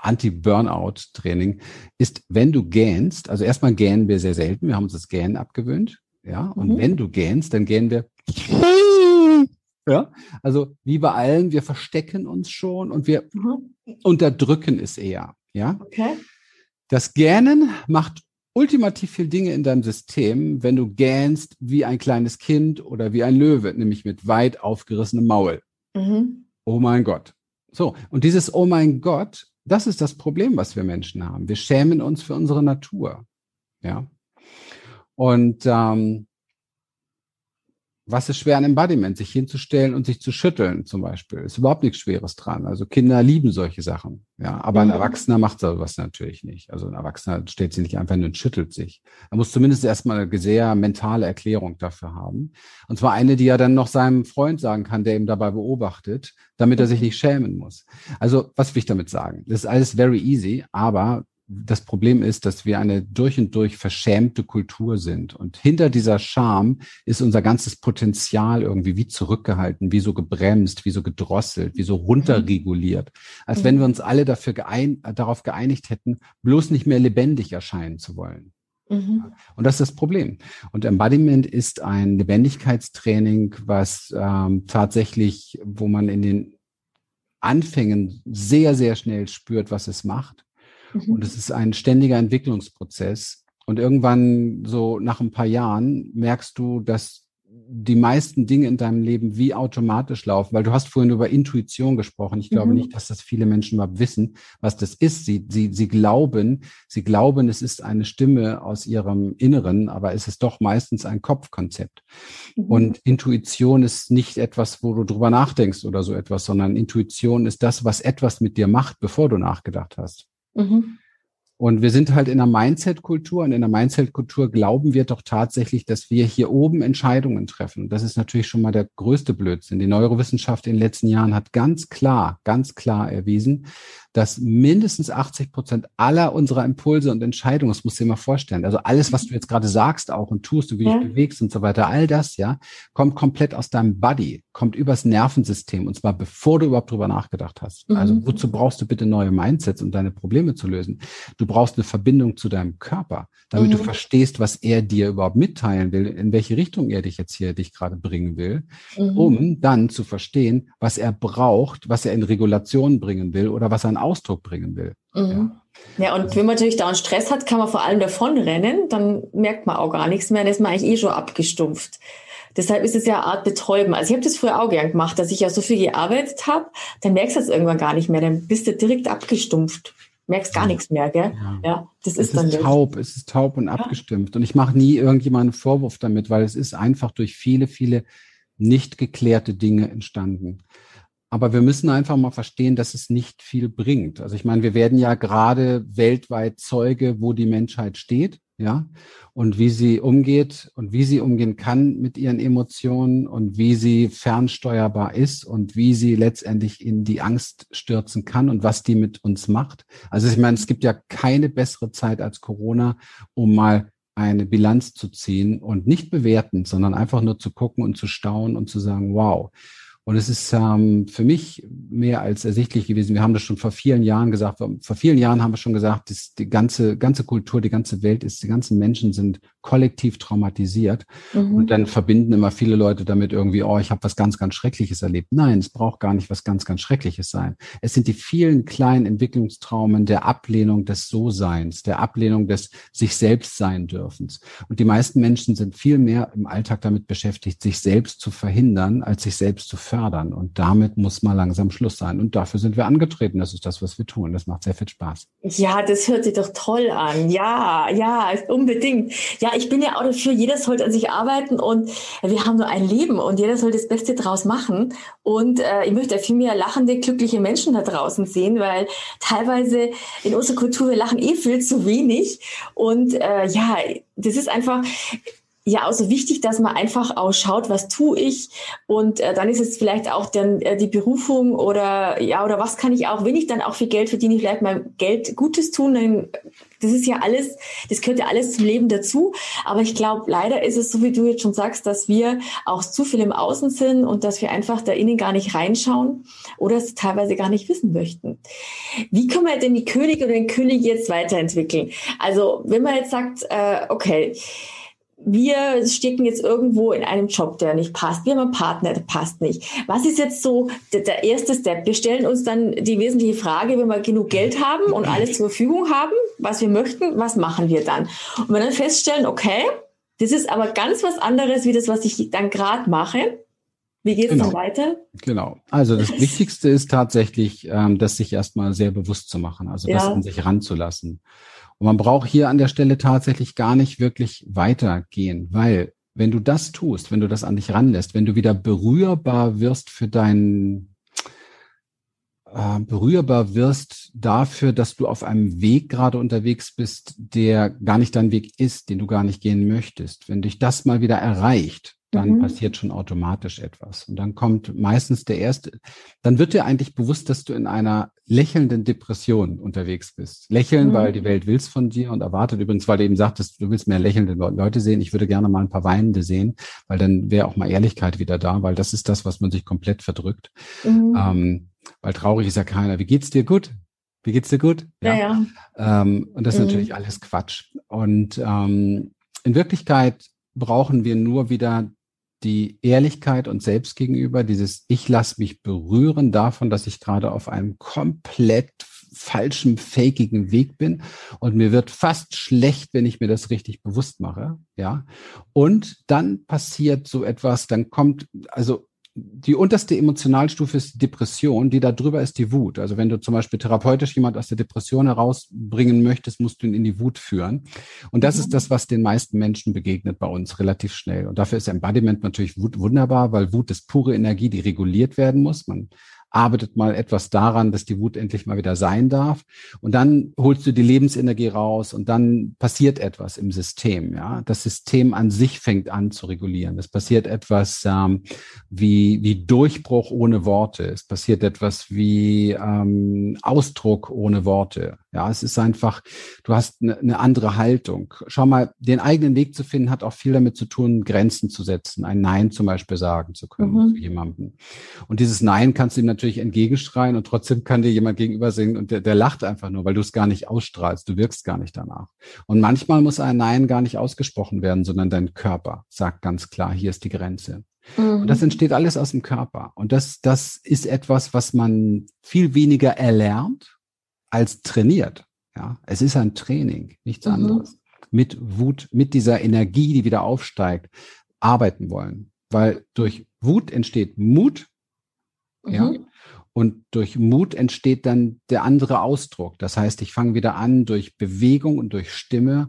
Anti-Burnout-Training, ist, wenn du gähnst, also erstmal gähnen wir sehr selten, wir haben uns das Gähnen abgewöhnt, ja, und mhm. wenn du gähnst, dann gähnen wir ja, also wie bei allen, wir verstecken uns schon und wir mhm. unterdrücken es eher, ja. Okay. Das Gähnen macht ultimativ viel Dinge in deinem System, wenn du gähnst wie ein kleines Kind oder wie ein Löwe, nämlich mit weit aufgerissenem Maul. Mhm. Oh mein Gott. So, und dieses Oh mein Gott, das ist das Problem, was wir Menschen haben. Wir schämen uns für unsere Natur. Ja. Und ähm, was ist schwer an Embodiment? Sich hinzustellen und sich zu schütteln zum Beispiel. Ist überhaupt nichts Schweres dran. Also Kinder lieben solche Sachen. Ja, aber ein Erwachsener macht sowas natürlich nicht. Also ein Erwachsener stellt sich nicht einfach hin und schüttelt sich. Er muss zumindest erstmal eine sehr mentale Erklärung dafür haben. Und zwar eine, die er dann noch seinem Freund sagen kann, der ihn dabei beobachtet, damit er sich nicht schämen muss. Also was will ich damit sagen? Das ist alles very easy, aber das Problem ist, dass wir eine durch und durch verschämte Kultur sind. Und hinter dieser Scham ist unser ganzes Potenzial irgendwie wie zurückgehalten, wie so gebremst, wie so gedrosselt, wie so runterreguliert. Als wenn wir uns alle dafür geein- darauf geeinigt hätten, bloß nicht mehr lebendig erscheinen zu wollen. Mhm. Und das ist das Problem. Und Embodiment ist ein Lebendigkeitstraining, was ähm, tatsächlich, wo man in den Anfängen sehr, sehr schnell spürt, was es macht. Und es ist ein ständiger Entwicklungsprozess. Und irgendwann, so nach ein paar Jahren, merkst du, dass die meisten Dinge in deinem Leben wie automatisch laufen, weil du hast vorhin über Intuition gesprochen. Ich glaube mhm. nicht, dass das viele Menschen überhaupt wissen, was das ist. Sie, sie, sie glauben, sie glauben, es ist eine Stimme aus ihrem Inneren, aber es ist doch meistens ein Kopfkonzept. Mhm. Und Intuition ist nicht etwas, wo du drüber nachdenkst oder so etwas, sondern Intuition ist das, was etwas mit dir macht, bevor du nachgedacht hast. Mhm. Und wir sind halt in einer Mindset-Kultur und in der Mindset-Kultur glauben wir doch tatsächlich, dass wir hier oben Entscheidungen treffen. Und das ist natürlich schon mal der größte Blödsinn. Die Neurowissenschaft in den letzten Jahren hat ganz klar, ganz klar erwiesen, dass mindestens achtzig Prozent aller unserer Impulse und Entscheidungen, das musst du dir mal vorstellen, also alles, was du jetzt gerade sagst auch und tust und wie du dich bewegst und so weiter, all das, ja, kommt komplett aus deinem Body, kommt übers Nervensystem und zwar bevor du überhaupt drüber nachgedacht hast. Mhm. Also wozu brauchst du bitte neue Mindsets, um deine Probleme zu lösen? Du brauchst eine Verbindung zu deinem Körper, damit mhm. du verstehst, was er dir überhaupt mitteilen will, in welche Richtung er dich jetzt hier dich gerade bringen will, mhm. um dann zu verstehen, was er braucht, was er in Regulation bringen will oder was er in Ausdruck bringen will. Mhm. Ja. ja, und wenn man natürlich dauernd Stress hat, kann man vor allem davonrennen, dann merkt man auch gar nichts mehr, dann ist man eigentlich eh schon abgestumpft. Deshalb ist es ja eine Art Betäuben. Also ich habe das früher auch gern gemacht, dass ich ja so viel gearbeitet habe, dann merkst du es irgendwann gar nicht mehr, dann bist du direkt abgestumpft. Merkst gar nichts mehr, gell? Ja, ja das ist es dann ist taub, es ist taub und ja. abgestimmt. Und ich mache nie irgendjemanden einen Vorwurf damit, weil es ist einfach durch viele, viele nicht geklärte Dinge entstanden. Aber wir müssen einfach mal verstehen, dass es nicht viel bringt. Also ich meine, wir werden ja gerade weltweit Zeuge, wo die Menschheit steht, ja, und wie sie umgeht und wie sie umgehen kann mit ihren Emotionen und wie sie fernsteuerbar ist und wie sie letztendlich in die Angst stürzen kann und was die mit uns macht. Also ich meine, es gibt ja keine bessere Zeit als Corona, um mal eine Bilanz zu ziehen und nicht bewertend, sondern einfach nur zu gucken und zu staunen und zu sagen, wow. Und es ist ähm, für mich mehr als ersichtlich gewesen. Wir haben das schon vor vielen Jahren gesagt. Vor vielen Jahren haben wir schon gesagt, dass die ganze ganze Kultur, die ganze Welt ist, die ganzen Menschen sind kollektiv traumatisiert. Mhm. Und dann verbinden immer viele Leute damit irgendwie, oh, ich habe was ganz, ganz Schreckliches erlebt. Nein, es braucht gar nicht was ganz, ganz Schreckliches sein. Es sind die vielen kleinen Entwicklungstraumen der Ablehnung des So-Seins, der Ablehnung des sich selbst sein dürfens. Und die meisten Menschen sind viel mehr im Alltag damit beschäftigt, sich selbst zu verhindern, als sich selbst zu fördern. Und damit muss mal langsam Schluss sein. Und dafür sind wir angetreten. Das ist das, was wir tun. Das macht sehr viel Spaß. Ja, das hört sich doch toll an. Ja, ja, unbedingt. Ja, ich bin ja auch dafür, jeder sollte an sich arbeiten und wir haben nur ein Leben und jeder soll das Beste draus machen. Und äh, ich möchte viel mehr lachende, glückliche Menschen da draußen sehen, weil teilweise in unserer Kultur, wir lachen eh viel zu wenig. Und äh, ja, das ist einfach... Ja, auch so wichtig, dass man einfach auch schaut, was tue ich und äh, dann ist es vielleicht auch dann äh, die Berufung oder ja oder was kann ich auch, wenn ich dann auch viel Geld verdiene, vielleicht mal Geld Gutes tun, dann, das ist ja alles, das gehört ja alles zum Leben dazu, aber ich glaube, leider ist es so, wie du jetzt schon sagst, dass wir auch zu viel im Außen sind und dass wir einfach da innen gar nicht reinschauen oder es teilweise gar nicht wissen möchten. Wie können wir denn die König oder den König jetzt weiterentwickeln? Also, wenn man jetzt sagt, äh, okay, wir stecken jetzt irgendwo in einem Job, der nicht passt. Wir haben einen Partner, der passt nicht. Was ist jetzt so der, der erste Step? Wir stellen uns dann die wesentliche Frage, wenn wir genug Geld haben und alles zur Verfügung haben, was wir möchten, was machen wir dann? Und wenn wir dann feststellen, okay, das ist aber ganz was anderes, wie das, was ich dann gerade mache. Wie geht es genau. dann weiter? Genau. Also das Wichtigste ist tatsächlich, ähm, das sich erstmal sehr bewusst zu machen, also ja. das an sich ranzulassen. Und man braucht hier an der Stelle tatsächlich gar nicht wirklich weitergehen, weil wenn du das tust, wenn du das an dich ranlässt, wenn du wieder berührbar wirst für deinen, äh, berührbar wirst dafür, dass du auf einem Weg gerade unterwegs bist, der gar nicht dein Weg ist, den du gar nicht gehen möchtest. Wenn dich das mal wieder erreicht, dann mhm. passiert schon automatisch etwas. Und dann kommt meistens der erste, dann wird dir eigentlich bewusst, dass du in einer lächelnden Depression unterwegs bist. Lächeln, mhm. weil die Welt will's von dir und erwartet übrigens, weil du eben sagtest, du willst mehr lächelnde Leute sehen. Ich würde gerne mal ein paar weinende sehen, weil dann wäre auch mal Ehrlichkeit wieder da, weil das ist das, was man sich komplett verdrückt. Mhm. Ähm, weil traurig ist ja keiner. Wie geht's dir? Gut? Wie geht's dir gut? Ja, ja. ja. Ähm, und das ist mhm. natürlich alles Quatsch. Und ähm, in Wirklichkeit brauchen wir nur wieder die Ehrlichkeit uns selbst gegenüber, dieses ich lasse mich berühren davon, dass ich gerade auf einem komplett falschen, fakigen Weg bin und mir wird fast schlecht, wenn ich mir das richtig bewusst mache, ja. Und dann passiert so etwas, dann kommt, also die unterste Emotionalstufe ist die Depression, die da drüber ist die Wut. Also wenn du zum Beispiel therapeutisch jemand aus der Depression herausbringen möchtest, musst du ihn in die Wut führen. Und das mhm. ist das, was den meisten Menschen begegnet bei uns relativ schnell. Und dafür ist Embodiment natürlich Wut wunderbar, weil Wut ist pure Energie, die reguliert werden muss. Man arbeitet mal etwas daran, dass die Wut endlich mal wieder sein darf. Und dann holst du die Lebensenergie raus und dann passiert etwas im System. Ja, das System an sich fängt an zu regulieren. Es passiert etwas ähm, wie wie Durchbruch ohne Worte. Es passiert etwas wie ähm, Ausdruck ohne Worte. Ja, es ist einfach, du hast eine, eine andere Haltung. Schau mal, den eigenen Weg zu finden, hat auch viel damit zu tun, Grenzen zu setzen, ein Nein zum Beispiel sagen zu können mhm. zu jemandem. Und dieses Nein kannst du ihm natürlich entgegenschreien und trotzdem kann dir jemand gegenüber singen und der, der lacht einfach nur, weil du es gar nicht ausstrahlst, du wirkst gar nicht danach. Und manchmal muss ein Nein gar nicht ausgesprochen werden, sondern dein Körper sagt ganz klar, hier ist die Grenze. Mhm. Und das entsteht alles aus dem Körper. Und das, das ist etwas, was man viel weniger erlernt als trainiert. Ja, es ist ein Training, nichts mhm. anderes. Mit Wut, mit dieser Energie, die wieder aufsteigt, arbeiten wollen. Weil durch Wut entsteht Mut, mhm. ja, und durch Mut entsteht dann der andere Ausdruck. Das heißt, ich fange wieder an, durch Bewegung und durch Stimme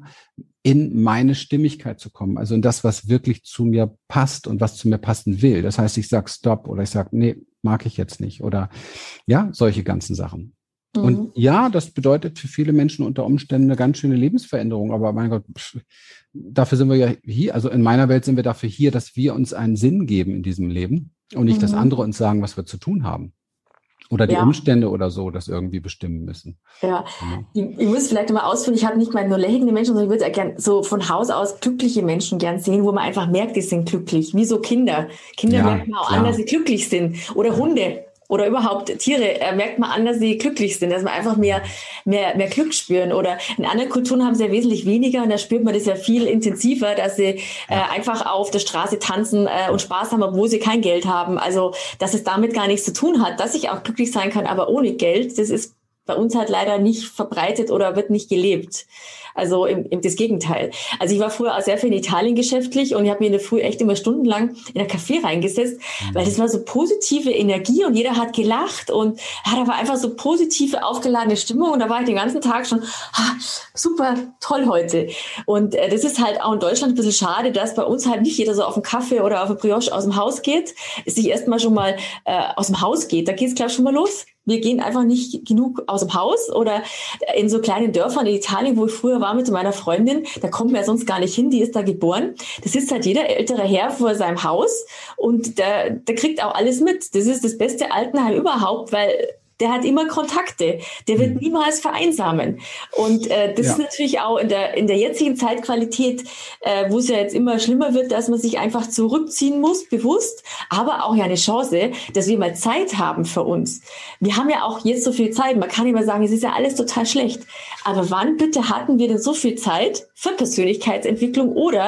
in meine Stimmigkeit zu kommen. Also in das, was wirklich zu mir passt und was zu mir passen will. Das heißt, ich sage Stopp oder ich sage, nee, mag ich jetzt nicht. Oder ja, solche ganzen Sachen. Mhm. Und ja, das bedeutet für viele Menschen unter Umständen eine ganz schöne Lebensveränderung. Aber mein Gott, pff, dafür sind wir ja hier. Also in meiner Welt sind wir dafür hier, dass wir uns einen Sinn geben in diesem Leben und nicht, mhm. dass andere uns sagen, was wir zu tun haben. Oder die ja. Umstände oder so, das irgendwie bestimmen müssen. Ja, ja. Ich, ich muss vielleicht nochmal ausführen, ich habe nicht mal nur lächelnde Menschen, sondern ich würde gerne so von Haus aus glückliche Menschen gern sehen, wo man einfach merkt, die sind glücklich. Wie so Kinder. Kinder ja, merkt man auch klar. an, dass sie glücklich sind. Oder Hunde. Oder überhaupt Tiere, äh, merkt man an, dass sie glücklich sind, dass man einfach mehr, mehr, mehr Glück spüren. Oder in anderen Kulturen haben sie ja wesentlich weniger und da spürt man das ja viel intensiver, dass sie äh, einfach auf der Straße tanzen äh, und Spaß haben, obwohl sie kein Geld haben. Also, dass es damit gar nichts zu tun hat, dass ich auch glücklich sein kann, aber ohne Geld, das ist bei uns halt leider nicht verbreitet oder wird nicht gelebt. Also im, im das Gegenteil. Also ich war früher auch sehr viel in Italien geschäftlich und ich habe mir in der Früh echt immer stundenlang in ein Café reingesetzt, mhm. weil das war so positive Energie und jeder hat gelacht und ja, da war einfach so positive, aufgeladene Stimmung und da war ich den ganzen Tag schon, ah, super, toll heute. Und äh, das ist halt auch in Deutschland ein bisschen schade, dass bei uns halt nicht jeder so auf einen Kaffee oder auf eine Brioche aus dem Haus geht, sich erstmal schon mal äh, aus dem Haus geht. Da geht es gleich schon mal los. Wir gehen einfach nicht genug aus dem Haus oder in so kleinen Dörfern in Italien, wo ich früher war mit meiner Freundin, da kommt man ja sonst gar nicht hin, die ist da geboren. Da sitzt halt jeder ältere Herr vor seinem Haus und der, der kriegt auch alles mit. Das ist das beste Altenheim überhaupt, weil der hat immer Kontakte, der wird niemals vereinsamen. Und äh, das ja. ist natürlich auch in der in der jetzigen Zeitqualität, äh, wo es ja jetzt immer schlimmer wird, dass man sich einfach zurückziehen muss, bewusst, aber auch ja eine Chance, dass wir mal Zeit haben für uns. Wir haben ja auch jetzt so viel Zeit, man kann immer sagen, es ist ja alles total schlecht. Aber wann bitte hatten wir denn so viel Zeit für Persönlichkeitsentwicklung oder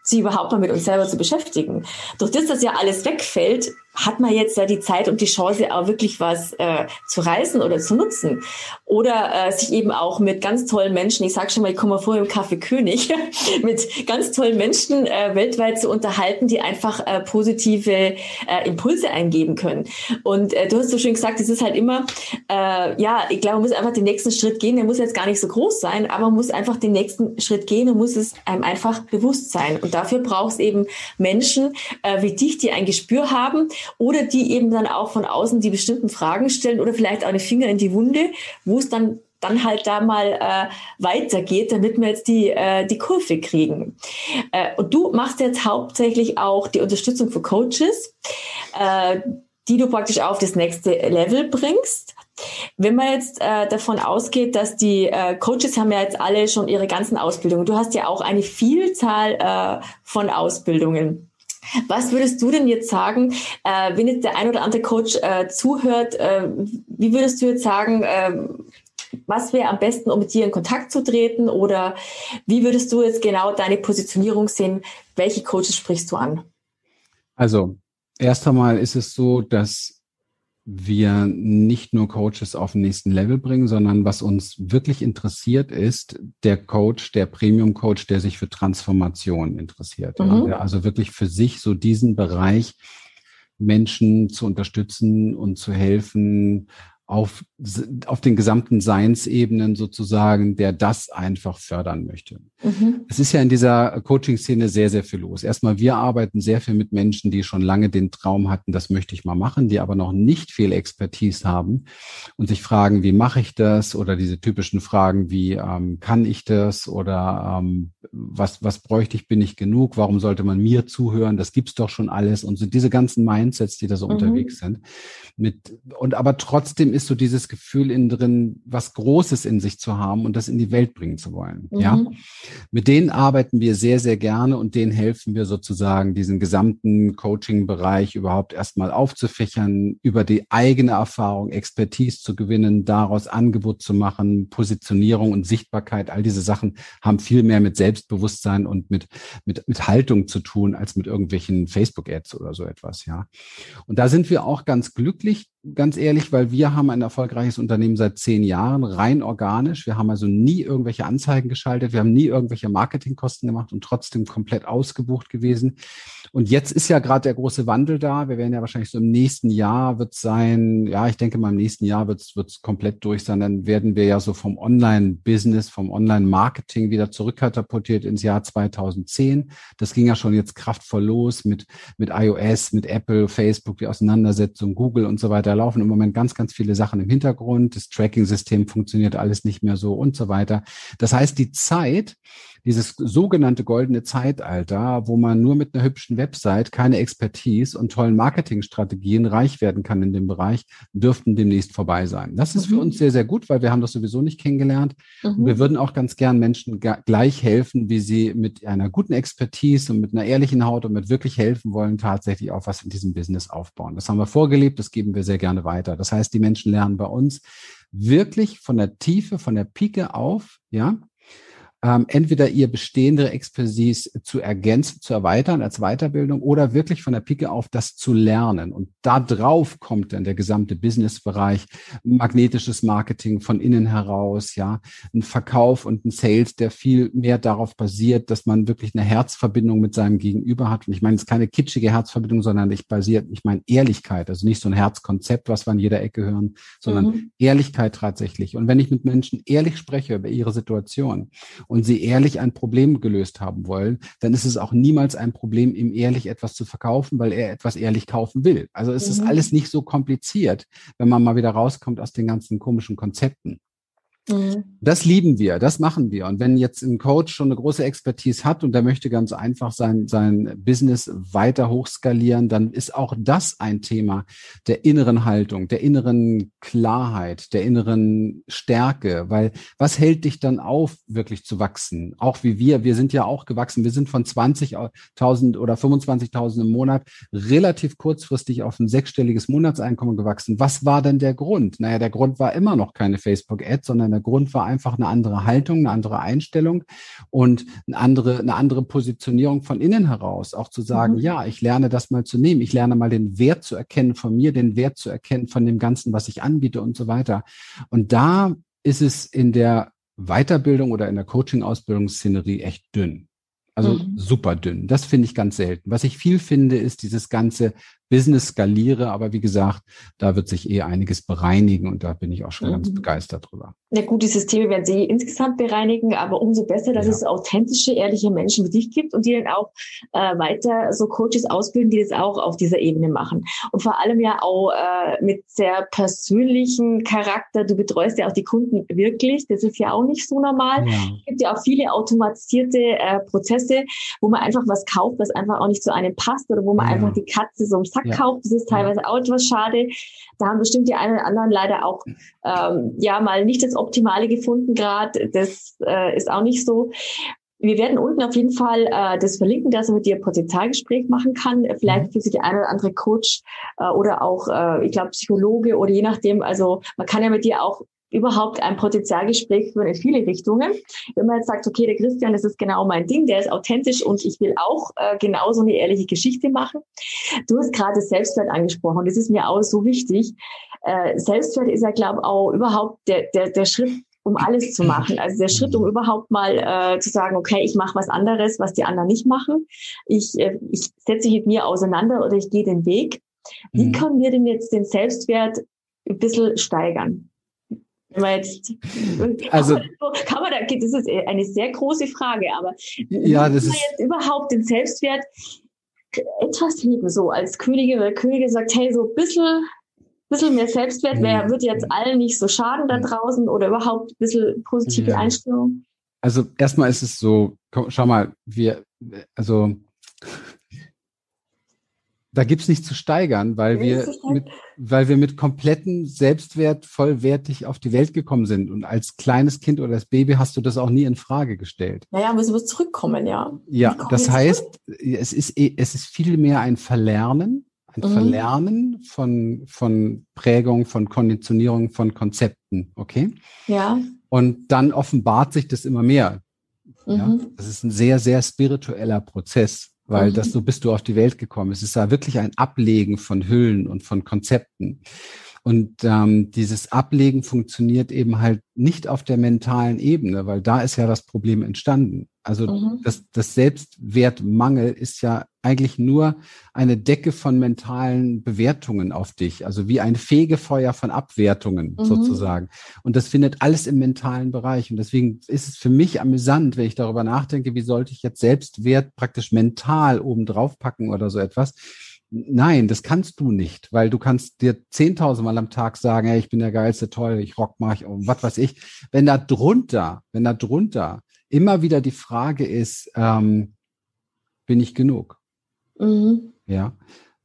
sich überhaupt mal mit uns selber zu beschäftigen. Durch das, dass ja alles wegfällt, hat man jetzt ja die Zeit und die Chance, auch wirklich was äh, zu reißen oder zu nutzen. Oder äh, sich eben auch mit ganz tollen Menschen, ich sage schon mal, ich komme mal vor im Café König, mit ganz tollen Menschen äh, weltweit zu unterhalten, die einfach äh, positive äh, Impulse eingeben können. Und äh, du hast so schön gesagt, es ist halt immer, äh, ja, ich glaube, man muss einfach den nächsten Schritt gehen. Der muss jetzt gar nicht so groß sein, aber man muss einfach den nächsten Schritt gehen und muss es einem einfach bewusst sein. Und dafür braucht es eben Menschen äh, wie dich, die ein Gespür haben, oder die eben dann auch von außen die bestimmten Fragen stellen oder vielleicht auch eine Finger in die Wunde, wo es dann dann halt da mal äh, weitergeht, damit wir jetzt die äh, die Kurve kriegen. Äh, und du machst jetzt hauptsächlich auch die Unterstützung für Coaches, äh, die du praktisch auf das nächste Level bringst. Wenn man jetzt äh, davon ausgeht, dass die äh, Coaches haben ja jetzt alle schon ihre ganzen Ausbildungen. Du hast ja auch eine Vielzahl äh, von Ausbildungen. Was würdest du denn jetzt sagen, äh, wenn jetzt der ein oder andere Coach äh, zuhört, äh, wie würdest du jetzt sagen, äh, was wäre am besten, um mit dir in Kontakt zu treten? Oder wie würdest du jetzt genau deine Positionierung sehen? Welche Coaches sprichst du an? Also, erst einmal ist es so, dass wir nicht nur Coaches auf den nächsten Level bringen, sondern was uns wirklich interessiert ist, der Coach, der Premium-Coach, der sich für Transformation interessiert. Mhm. Ja, der also wirklich für sich so diesen Bereich Menschen zu unterstützen und zu helfen, auf, auf den gesamten Seinsebenen sozusagen, der das einfach fördern möchte. Mhm. Es ist ja in dieser Coaching-Szene sehr, sehr viel los. Erstmal, wir arbeiten sehr viel mit Menschen, die schon lange den Traum hatten, das möchte ich mal machen, die aber noch nicht viel Expertise haben und sich fragen, wie mache ich das? Oder diese typischen Fragen wie, ähm, kann ich das? Oder ähm, was, was bräuchte ich, bin ich genug? Warum sollte man mir zuhören? Das gibt's doch schon alles. Und so diese ganzen Mindsets, die da so mhm. unterwegs sind. Mit, und aber trotzdem ist so dieses Gefühl innen drin, was Großes in sich zu haben und das in die Welt bringen zu wollen. Mhm. Ja, mit denen arbeiten wir sehr, sehr gerne und denen helfen wir sozusagen, diesen gesamten Coaching-Bereich überhaupt erstmal aufzufächern, über die eigene Erfahrung, Expertise zu gewinnen, daraus Angebot zu machen, Positionierung und Sichtbarkeit. All diese Sachen haben viel mehr mit Selbstbewusstsein und mit, mit, mit Haltung zu tun, als mit irgendwelchen Facebook-Ads oder so etwas. Ja, und da sind wir auch ganz glücklich, ganz ehrlich, weil wir haben ein erfolgreiches Unternehmen seit zehn Jahren, rein organisch. Wir haben also nie irgendwelche Anzeigen geschaltet. Wir haben nie irgendwelche Marketingkosten gemacht und trotzdem komplett ausgebucht gewesen. Und jetzt ist ja gerade der große Wandel da. Wir werden ja wahrscheinlich so im nächsten Jahr wird sein, ja, ich denke mal im nächsten Jahr wird es komplett durch sein. Dann werden wir ja so vom Online-Business, vom Online-Marketing wieder zurückkatapultiert ins Jahr zweitausendzehn. Das ging ja schon jetzt kraftvoll los mit, mit iOS, mit Apple, Facebook, die Auseinandersetzung, Google und so weiter. Da laufen im Moment ganz, ganz viele Sachen im Hintergrund. Das Tracking-System funktioniert alles nicht mehr so und so weiter. Das heißt, die Zeit, dieses sogenannte goldene Zeitalter, wo man nur mit einer hübschen Website, keine Expertise und tollen Marketingstrategien reich werden kann in dem Bereich, dürften demnächst vorbei sein. Das ist mhm. für uns sehr, sehr gut, weil wir haben das sowieso nicht kennengelernt. Mhm. Und wir würden auch ganz gern Menschen gleich helfen, wie sie mit einer guten Expertise und mit einer ehrlichen Haut und mit wirklich helfen wollen, tatsächlich auch was in diesem Business aufbauen. Das haben wir vorgelebt, das geben wir sehr gerne weiter. Das heißt, die Menschen lernen bei uns wirklich von der Tiefe, von der Pike auf, ja, Ähm, entweder ihr bestehende Expertise zu ergänzen, zu erweitern als Weiterbildung oder wirklich von der Pike auf das zu lernen. Und da drauf kommt dann der gesamte Businessbereich, magnetisches Marketing von innen heraus, ja, ein Verkauf und ein Sales, der viel mehr darauf basiert, dass man wirklich eine Herzverbindung mit seinem Gegenüber hat. Und ich meine, es ist keine kitschige Herzverbindung, sondern ich basiert, ich meine Ehrlichkeit, also nicht so ein Herzkonzept, was wir an jeder Ecke hören, sondern mhm. Ehrlichkeit tatsächlich. Und wenn ich mit Menschen ehrlich spreche über ihre Situation und sie ehrlich ein Problem gelöst haben wollen, dann ist es auch niemals ein Problem, ihm ehrlich etwas zu verkaufen, weil er etwas ehrlich kaufen will. Also es mhm. ist alles nicht so kompliziert, wenn man mal wieder rauskommt aus den ganzen komischen Konzepten. Mhm. Das lieben wir, das machen wir. Und wenn jetzt ein Coach schon eine große Expertise hat und der möchte ganz einfach sein, sein Business weiter hochskalieren, dann ist auch das ein Thema der inneren Haltung, der inneren Klarheit, der inneren Stärke. Weil was hält dich dann auf, wirklich zu wachsen? Auch wie wir, wir sind ja auch gewachsen. Wir sind von zwanzigtausend oder fünfundzwanzigtausend im Monat relativ kurzfristig auf ein sechsstelliges Monatseinkommen gewachsen. Was war denn der Grund? Naja, der Grund war immer noch keine Facebook-Ad, sondern Der Grund war einfach eine andere Haltung, eine andere Einstellung und eine andere, eine andere Positionierung von innen heraus. Auch zu sagen, mhm. ja, ich lerne das mal zu nehmen. Ich lerne mal den Wert zu erkennen von mir, den Wert zu erkennen von dem Ganzen, was ich anbiete und so weiter. Und da ist es in der Weiterbildung oder in der Coaching-Ausbildungsszenerie echt dünn. Also mhm. super dünn. Das finde ich ganz selten. Was ich viel finde, ist dieses ganze Business skaliere. Aber wie gesagt, da wird sich eh einiges bereinigen und da bin ich auch schon mhm. ganz begeistert drüber. Na gut, die Systeme werden sich insgesamt bereinigen, aber umso besser, dass ja. es authentische, ehrliche Menschen wie dich gibt und die dann auch äh, weiter so Coaches ausbilden, die das auch auf dieser Ebene machen. Und vor allem ja auch äh, mit sehr persönlichen Charakter. Du betreust ja auch die Kunden wirklich. Das ist ja auch nicht so normal. Ja. Es gibt ja auch viele automatisierte äh, Prozesse, wo man einfach was kauft, was einfach auch nicht zu einem passt oder wo man ja. einfach die Katze so im Sack ja. kauft. Das ist teilweise ja. auch etwas schade. Da haben bestimmt die einen oder anderen leider auch ähm, ja mal nicht das Optimale gefunden gerade. Das äh, ist auch nicht so. Wir werden unten auf jeden Fall äh, das verlinken, dass man mit dir ein Potenzialgespräch machen kann. Vielleicht für sich der eine oder andere Coach äh, oder auch, äh, ich glaube, Psychologe oder je nachdem. Also man kann ja mit dir auch überhaupt ein Potenzialgespräch führen in viele Richtungen. Wenn man jetzt sagt, okay, der Christian, das ist genau mein Ding, der ist authentisch und ich will auch äh, genau so eine ehrliche Geschichte machen. Du hast gerade das Selbstwert angesprochen und das ist mir auch so wichtig. Äh, Selbstwert ist ja, glaube ich, auch überhaupt der, der, der Schritt, um alles zu machen. Also der Schritt, um überhaupt mal äh, zu sagen, okay, ich mache was anderes, was die anderen nicht machen. Ich, äh, ich setze mich mit mir auseinander oder ich gehe den Weg. Wie mhm. können wir denn jetzt den Selbstwert ein bisschen steigern? Wenn man jetzt, also, kann man, kann man da, das ist eine sehr große Frage, aber ja, das wie kann man ist jetzt überhaupt den Selbstwert etwas heben, so als Königin oder Könige sagt, hey, so ein bisschen, bisschen mehr Selbstwert, wer wird jetzt allen nicht so schaden da draußen oder überhaupt ein bisschen positive ja. Einstellung? Also erstmal ist es so, komm, schau mal, wir, also da gibt's nichts zu steigern, weil wir mit, weil wir mit kompletten Selbstwert vollwertig auf die Welt gekommen sind. Und als kleines Kind oder als Baby hast du das auch nie in Frage gestellt. Naja, müssen wir zurückkommen, ja. Ja, das heißt, es ist, es ist viel mehr ein Verlernen, ein mhm. Verlernen von, von Prägung, von Konditionierung, von Konzepten, okay? Ja. Und dann offenbart sich das immer mehr. Mhm. Ja? Das ist ein sehr, sehr spiritueller Prozess. Weil das so bist du auf die Welt gekommen. Es ist da wirklich ein Ablegen von Hüllen und von Konzepten. Und ähm, dieses Ablegen funktioniert eben halt nicht auf der mentalen Ebene, weil da ist ja das Problem entstanden. Also mhm. das, das Selbstwertmangel ist ja eigentlich nur eine Decke von mentalen Bewertungen auf dich, also wie ein Fegefeuer von Abwertungen mhm. sozusagen. Und das findet alles im mentalen Bereich. Und deswegen ist es für mich amüsant, wenn ich darüber nachdenke, wie sollte ich jetzt Selbstwert praktisch mental oben drauf packen oder so etwas. Nein, das kannst du nicht, weil du kannst dir zehntausendmal am Tag sagen, hey, ich bin der geilste, toll, ich rock mach ich und was weiß ich. Wenn da drunter, wenn da drunter immer wieder die Frage ist, ähm, bin ich genug? Mhm. Ja,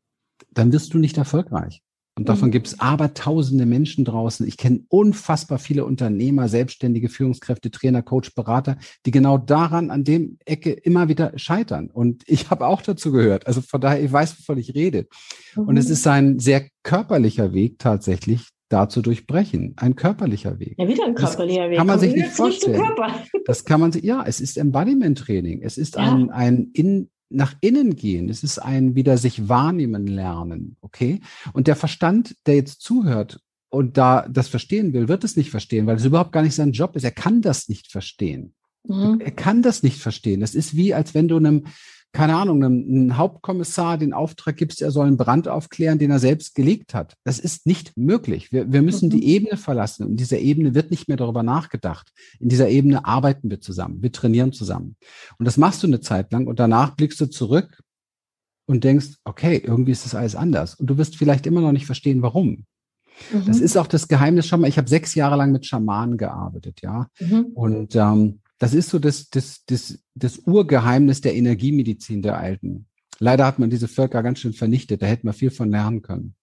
dann wirst du nicht erfolgreich. Und davon mhm. gibt es abertausende Menschen draußen. Ich kenne unfassbar viele Unternehmer, Selbstständige, Führungskräfte, Trainer, Coach, Berater, die genau daran, an dem Ecke immer wieder scheitern. Und ich habe auch dazu gehört. Also von daher, ich weiß, wovon ich rede. Mhm. Und es ist ein sehr körperlicher Weg tatsächlich, da zu durchbrechen. Ein körperlicher Weg. Ja, wieder ein körperlicher Weg. Kann man sich nicht vorstellen. Das kann man sich, ja, es ist Embodiment-Training. Es ist ja. ein, ein in nach innen gehen. Es ist ein wieder sich wahrnehmen lernen, okay? Und der Verstand, der jetzt zuhört und da das verstehen will, wird es nicht verstehen, weil es überhaupt gar nicht sein Job ist. Er kann das nicht verstehen. Mhm. Er kann das nicht verstehen. Das ist wie, als wenn du einem, keine Ahnung, einem, einem Hauptkommissar den Auftrag gibst, er soll einen Brand aufklären, den er selbst gelegt hat. Das ist nicht möglich. Wir, wir müssen mhm. die Ebene verlassen. Und in dieser Ebene wird nicht mehr darüber nachgedacht. In dieser Ebene arbeiten wir zusammen. Wir trainieren zusammen. Und das machst du eine Zeit lang und danach blickst du zurück und denkst, okay, irgendwie ist das alles anders. Und du wirst vielleicht immer noch nicht verstehen, warum. Mhm. Das ist auch das Geheimnis schon mal. Ich habe sechs Jahre lang mit Schamanen gearbeitet, ja. Mhm. Und ähm, das ist so das, das, das, das Urgeheimnis der Energiemedizin der Alten. Leider hat man diese Völker ganz schön vernichtet. Da hätten wir viel von lernen können.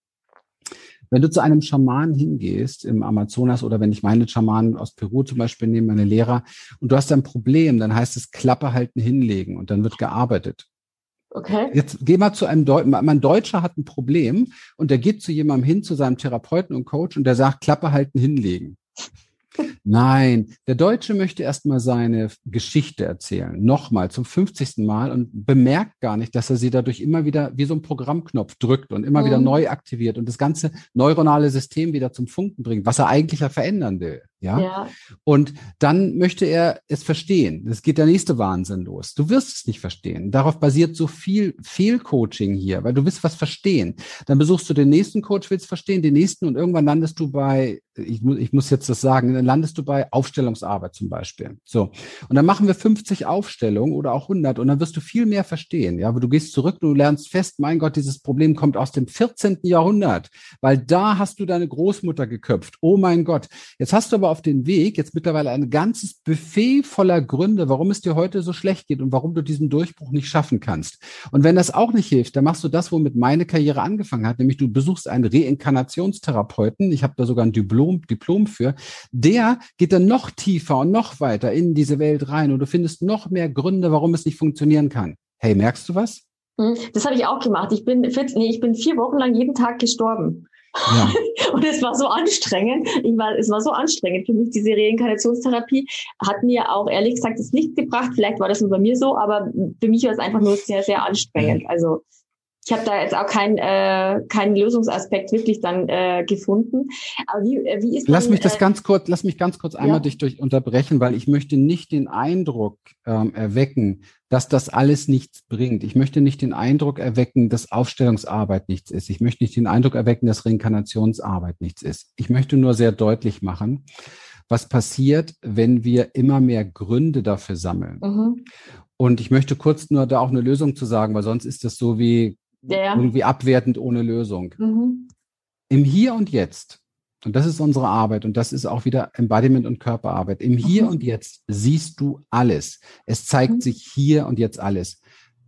Wenn du zu einem Schamanen hingehst im Amazonas oder wenn ich meine Schamanen aus Peru zum Beispiel nehme, meine Lehrer, und du hast ein Problem, dann heißt es Klappe halten, hinlegen und dann wird gearbeitet. Okay. Jetzt geh mal zu einem Deutschen. Mein Deutscher hat ein Problem und der geht zu jemandem hin, zu seinem Therapeuten und Coach und der sagt, Klappe halten, hinlegen. Nein, der Deutsche möchte erstmal seine Geschichte erzählen, nochmal zum fünfzigsten Mal und bemerkt gar nicht, dass er sie dadurch immer wieder wie so ein Programmknopf drückt und immer mhm. wieder neu aktiviert und das ganze neuronale System wieder zum Funken bringt, was er eigentlich ja verändern will. Ja? ja. Und dann möchte er es verstehen. Es geht der nächste Wahnsinn los. Du wirst es nicht verstehen. Darauf basiert so viel Fehlcoaching hier, weil du willst was verstehen. Dann besuchst du den nächsten Coach, willst verstehen, den nächsten und irgendwann landest du bei, ich muss, ich muss jetzt das sagen, dann landest du bei Aufstellungsarbeit zum Beispiel. So. Und dann machen wir fünfzig Aufstellungen oder auch hundert und dann wirst du viel mehr verstehen. Ja, aber du gehst zurück und du lernst fest, mein Gott, dieses Problem kommt aus dem vierzehnten Jahrhundert, weil da hast du deine Großmutter geköpft. Oh mein Gott. Jetzt hast du aber auf den Weg jetzt mittlerweile ein ganzes Buffet voller Gründe, warum es dir heute so schlecht geht und warum du diesen Durchbruch nicht schaffen kannst. Und wenn das auch nicht hilft, dann machst du das, womit meine Karriere angefangen hat, nämlich du besuchst einen Reinkarnationstherapeuten. Ich habe da sogar ein Diplom, Diplom für. Der geht dann noch tiefer und noch weiter in diese Welt rein und du findest noch mehr Gründe, warum es nicht funktionieren kann. Hey, merkst du was? Das habe ich auch gemacht. Ich bin, nee, ich bin vier Wochen lang jeden Tag gestorben. Ja. Und es war so anstrengend. Ich war, es war so anstrengend für mich, diese Reinkarnationstherapie. Hat mir auch ehrlich gesagt das nichts gebracht. Vielleicht war das nur bei mir so, aber für mich war es einfach nur sehr, sehr anstrengend. Also ich habe da jetzt auch keinen äh, keinen Lösungsaspekt wirklich dann äh, gefunden. Aber wie, wie ist Lass dann, mich das äh, ganz kurz, lass mich ganz kurz einmal ja. dich durch unterbrechen, weil ich möchte nicht den Eindruck ähm, erwecken, dass das alles nichts bringt. Ich möchte nicht den Eindruck erwecken, dass Aufstellungsarbeit nichts ist. Ich möchte nicht den Eindruck erwecken, dass Reinkarnationsarbeit nichts ist. Ich möchte nur sehr deutlich machen, was passiert, wenn wir immer mehr Gründe dafür sammeln. Mhm. Und ich möchte kurz nur da auch eine Lösung zu sagen, weil sonst ist das so wie Ja, ja. irgendwie abwertend ohne Lösung. Mhm. Im Hier und Jetzt, und das ist unsere Arbeit und das ist auch wieder Embodiment und Körperarbeit, im Hier mhm. und Jetzt siehst du alles. Es zeigt mhm. sich hier und jetzt alles.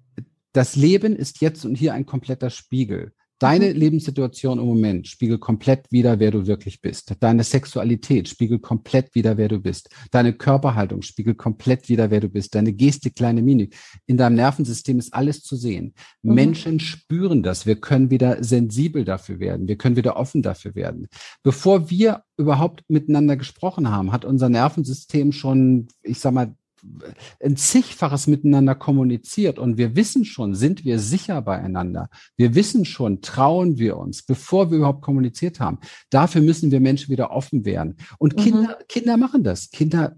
Das Leben ist jetzt und hier ein kompletter Spiegel. Deine mhm. Lebenssituation im Moment spiegelt komplett wider, wer du wirklich bist. Deine Sexualität spiegelt komplett wider, wer du bist. Deine Körperhaltung spiegelt komplett wider, wer du bist. Deine Gestik, kleine Mimik. In deinem Nervensystem ist alles zu sehen. Mhm. Menschen spüren das. Wir können wieder sensibel dafür werden. Wir können wieder offen dafür werden. Bevor wir überhaupt miteinander gesprochen haben, hat unser Nervensystem schon, ich sag mal, ein zigfaches miteinander kommuniziert und wir wissen schon, sind wir sicher beieinander. Wir wissen schon, trauen wir uns, bevor wir überhaupt kommuniziert haben. Dafür müssen wir Menschen wieder offen werden. Und Kinder, mhm. Kinder machen das. Kinder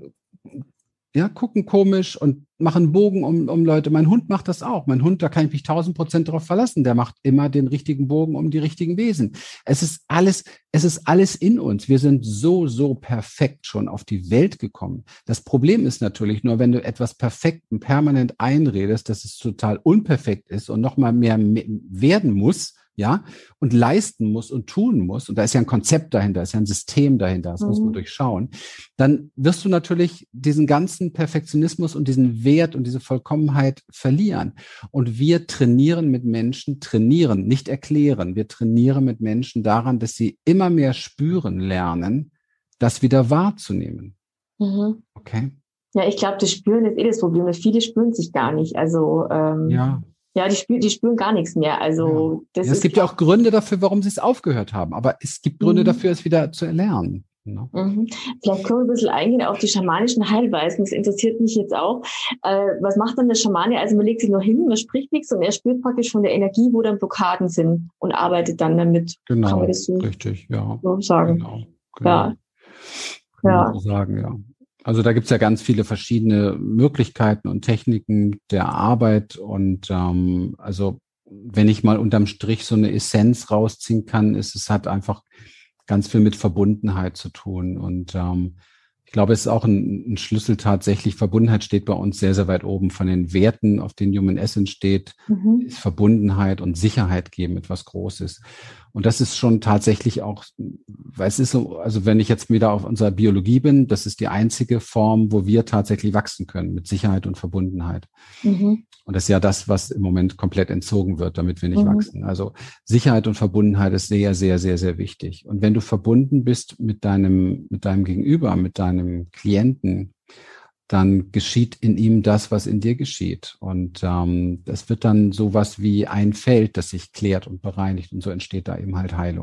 ja, gucken komisch und machen Bogen um, um Leute. Mein Hund macht das auch. Mein Hund, da kann ich mich tausend Prozent drauf verlassen. Der macht immer den richtigen Bogen um die richtigen Wesen. Es ist alles, es ist alles in uns. Wir sind so, so perfekt schon auf die Welt gekommen. Das Problem ist natürlich nur, wenn du etwas perfekt und permanent einredest, dass es total unperfekt ist und noch mal mehr werden muss, ja, und leisten muss und tun muss, und da ist ja ein Konzept dahinter, ist ja ein System dahinter, das mhm. muss man durchschauen, dann wirst du natürlich diesen ganzen Perfektionismus und diesen Wert und diese Vollkommenheit verlieren. Und wir trainieren mit Menschen, trainieren, nicht erklären, wir trainieren mit Menschen daran, dass sie immer mehr spüren lernen, das wieder wahrzunehmen. Mhm. Okay? Ja, ich glaube, das Spüren ist eh das Problem. Viele spüren sich gar nicht. Also ähm ja. Ja, die spüren, die spüren gar nichts mehr. Also ja. das ja, es ist gibt ja auch Gründe dafür, warum sie es aufgehört haben. Aber es gibt Gründe mhm. dafür, es wieder zu erlernen. No? Mhm. Vielleicht können wir ein bisschen eingehen auf die schamanischen Heilweisen. Das interessiert mich jetzt auch. Äh, was macht dann der Schamane? Also man legt sich nur hin, man spricht nichts und er spürt praktisch von der Energie, wo dann Blockaden sind und arbeitet dann damit. Genau, kann man das so richtig, ja. So sagen. Genau, genau. Ja. Kann ja. man so sagen, ja. Also da gibt's ja ganz viele verschiedene Möglichkeiten und Techniken der Arbeit. Und ähm, also wenn ich mal unterm Strich so eine Essenz rausziehen kann, ist es hat einfach ganz viel mit Verbundenheit zu tun. Und ähm, ich glaube, es ist auch ein, ein Schlüssel tatsächlich. Verbundenheit steht bei uns sehr, sehr weit oben. Von den Werten, auf denen Human Essence steht, mhm. ist Verbundenheit und Sicherheit geben etwas Großes. Und das ist schon tatsächlich auch, weil es ist so, also wenn ich jetzt wieder auf unserer Biologie bin, das ist die einzige Form, wo wir tatsächlich wachsen können, mit Sicherheit und Verbundenheit. Mhm. Und das ist ja das, was im Moment komplett entzogen wird, damit wir nicht mhm. wachsen. Also Sicherheit und Verbundenheit ist sehr, sehr, sehr, sehr wichtig. Und wenn du verbunden bist mit deinem, mit deinem Gegenüber, mit deinem Klienten, dann geschieht in ihm das, was in dir geschieht. Und ähm, das wird dann sowas wie ein Feld, das sich klärt und bereinigt. Und so entsteht da eben halt Heilung.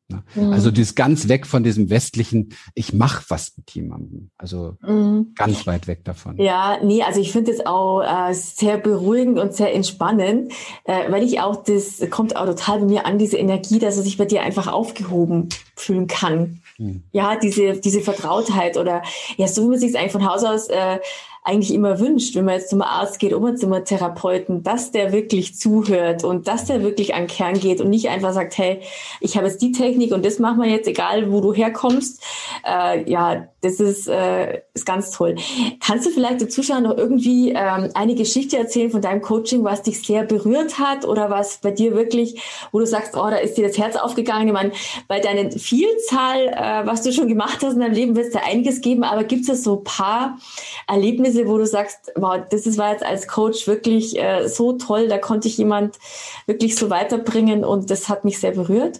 Ne? Mhm. Also das ist ganz weg von diesem westlichen, ich mache was mit jemandem. Also mhm. ganz weit weg davon. Ja, nee, also ich finde es auch äh, sehr beruhigend und sehr entspannend, äh, weil ich auch, das kommt auch total bei mir an, diese Energie, dass er sich bei dir einfach aufgehoben fühlen kann. Mhm. Ja, diese diese Vertrautheit oder ja, so wie man sich es eigentlich von Haus aus äh, eigentlich immer wünscht, wenn man jetzt zum Arzt geht oder zum Therapeuten, dass der wirklich zuhört und dass der wirklich an den Kern geht und nicht einfach sagt, hey, ich habe jetzt die Technik und das machen wir jetzt, egal wo du herkommst. Äh, ja, das ist, äh, ist ganz toll. Kannst du vielleicht den Zuschauern noch irgendwie ähm, eine Geschichte erzählen von deinem Coaching, was dich sehr berührt hat oder was bei dir wirklich, wo du sagst, oh, da ist dir das Herz aufgegangen? Ich meine, bei deiner Vielzahl, äh, was du schon gemacht hast in deinem Leben, wird es da einiges geben, aber gibt es so ein paar Erlebnisse, wo du sagst, wow, das ist, war jetzt als Coach wirklich äh, so toll, da konnte ich jemand wirklich so weiterbringen und das hat mich sehr berührt?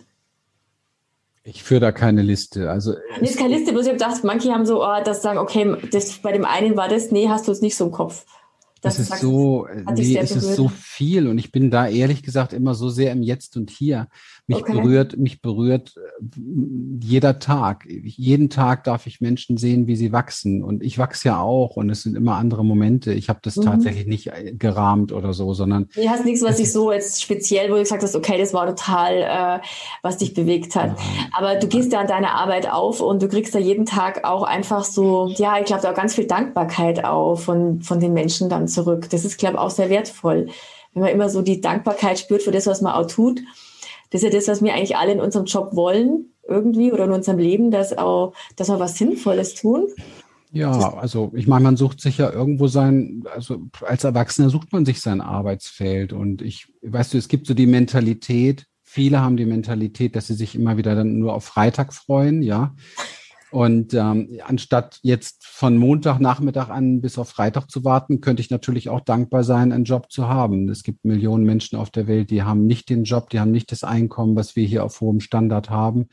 Ich führe da keine Liste. Also nee, ist keine Liste, bloß ich habe gedacht, manche haben so, oh, das sagen, okay, das, bei dem einen war das, nee, hast du es nicht so im Kopf. Es ist sagst, so, nee, es ist so viel und ich bin da ehrlich gesagt immer so sehr im Jetzt und Hier. Mich okay. berührt, mich berührt jeder Tag. Jeden Tag darf ich Menschen sehen, wie sie wachsen und ich wachse ja auch und es sind immer andere Momente. Ich habe das mhm. tatsächlich nicht gerahmt oder so, sondern. Du hast nichts, was dich so jetzt speziell, wo du gesagt hast, okay, das war total, äh, was dich bewegt hat. Ja. Aber du gehst ja an deiner Arbeit auf und du kriegst da jeden Tag auch einfach so, ja, ich glaube, da auch ganz viel Dankbarkeit auf von, von den Menschen dann zurück. Das ist, glaube ich, auch sehr wertvoll, wenn man immer so die Dankbarkeit spürt für das, was man auch tut. Das ist ja das, was wir eigentlich alle in unserem Job wollen, irgendwie, oder in unserem Leben, dass auch, dass wir was Sinnvolles tun. Ja, also ich meine, man sucht sich ja irgendwo sein, also als Erwachsener sucht man sich sein Arbeitsfeld und ich, weißt du, es gibt so die Mentalität, viele haben die Mentalität, dass sie sich immer wieder dann nur auf Freitag freuen, ja. Und ähm, anstatt jetzt von Montagnachmittag an bis auf Freitag zu warten, könnte ich natürlich auch dankbar sein, einen Job zu haben. Es gibt Millionen Menschen auf der Welt, die haben nicht den Job, die haben nicht das Einkommen, was wir hier auf hohem Standard haben.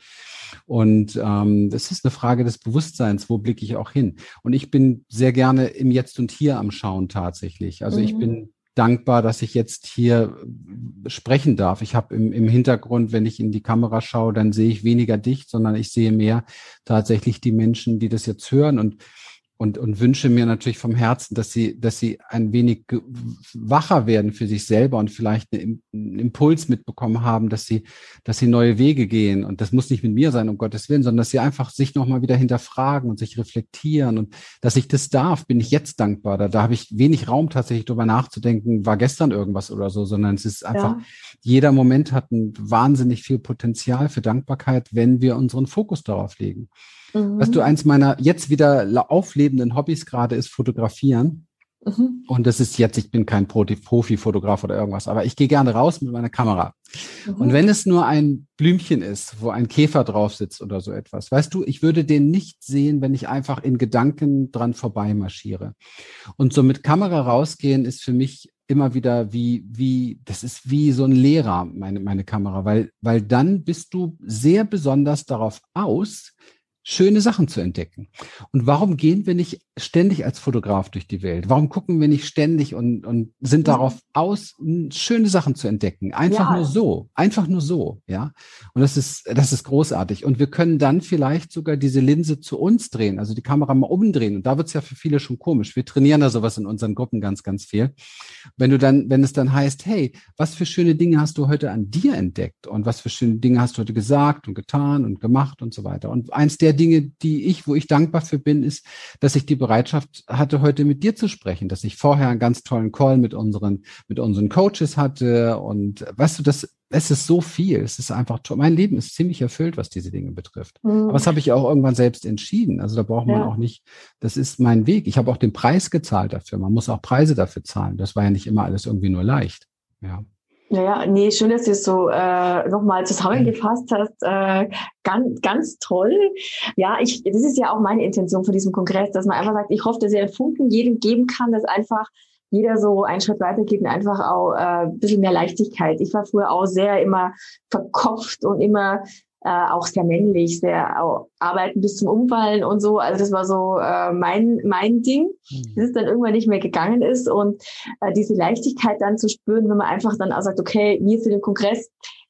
Und ähm, das ist eine Frage des Bewusstseins, wo blicke ich auch hin? Und ich bin sehr gerne im Jetzt und Hier am Schauen tatsächlich. Also mhm. ich bin dankbar, dass ich jetzt hier sprechen darf. Ich habe im, im Hintergrund, wenn ich in die Kamera schaue, dann sehe ich weniger dicht, sondern ich sehe mehr tatsächlich die Menschen, die das jetzt hören und und und wünsche mir natürlich vom Herzen, dass sie dass sie ein wenig wacher werden für sich selber und vielleicht einen Impuls mitbekommen haben, dass sie dass sie neue Wege gehen. Und das muss nicht mit mir sein, um Gottes Willen, sondern dass sie einfach sich nochmal wieder hinterfragen und sich reflektieren. Und dass ich das darf, bin ich jetzt dankbar. Da, da habe ich wenig Raum tatsächlich drüber nachzudenken, war gestern irgendwas oder so, sondern es ist einfach, ja. Jeder Moment hat ein wahnsinnig viel Potenzial für Dankbarkeit, wenn wir unseren Fokus darauf legen. Mhm. Weißt du, eins meiner jetzt wieder auflebenden Hobbys gerade ist Fotografieren. Mhm. Und das ist jetzt, ich bin kein Profi-Fotograf oder irgendwas, aber ich gehe gerne raus mit meiner Kamera. Mhm. Und wenn es nur ein Blümchen ist, wo ein Käfer drauf sitzt oder so etwas, weißt du, ich würde den nicht sehen, wenn ich einfach in Gedanken dran vorbeimarschiere. Und so mit Kamera rausgehen ist für mich immer wieder wie, wie, das ist wie so ein Lehrer, meine, meine Kamera, weil, weil dann bist du sehr besonders darauf aus, schöne Sachen zu entdecken. Und warum gehen wir nicht ständig als Fotograf durch die Welt? Warum gucken wir nicht ständig und, und sind darauf aus, schöne Sachen zu entdecken? Einfach ja. nur so, einfach nur so, ja. Und das ist, das ist großartig. Und wir können dann vielleicht sogar diese Linse zu uns drehen, also die Kamera mal umdrehen. Und da wird's ja für viele schon komisch. Wir trainieren da sowas in unseren Gruppen ganz, ganz viel. Wenn du dann, wenn es dann heißt, hey, was für schöne Dinge hast du heute an dir entdeckt? Und was für schöne Dinge hast du heute gesagt und getan und gemacht und so weiter? Und eins der Dinge, die ich, wo ich dankbar für bin, ist, dass ich die Bereitschaft hatte, heute mit dir zu sprechen, dass ich vorher einen ganz tollen Call mit unseren, mit unseren Coaches hatte und weißt du, das, es ist so viel, es ist einfach toll. Mein Leben ist ziemlich erfüllt, was diese Dinge betrifft. Mhm. Aber das habe ich auch irgendwann selbst entschieden. Also da braucht man ja. auch nicht, das ist mein Weg. Ich habe auch den Preis gezahlt dafür. Man muss auch Preise dafür zahlen. Das war ja nicht immer alles irgendwie nur leicht. Ja. Ja, ja, nee, schön, dass du es so äh, nochmal zusammengefasst hast. Äh, ganz, ganz toll. Ja, ich, das ist ja auch meine Intention von diesem Kongress, dass man einfach sagt, ich hoffe, dass er einen Funken jedem geben kann, dass einfach jeder so einen Schritt weitergeht und einfach auch äh, ein bisschen mehr Leichtigkeit. Ich war früher auch sehr immer verkopft und immer äh, auch sehr männlich, sehr auch arbeiten bis zum Umfallen und so. Also das war so äh, mein mein Ding, mhm. bis es dann irgendwann nicht mehr gegangen ist und äh, diese Leichtigkeit dann zu spüren, wenn man einfach dann auch sagt, okay, mir für den Kongress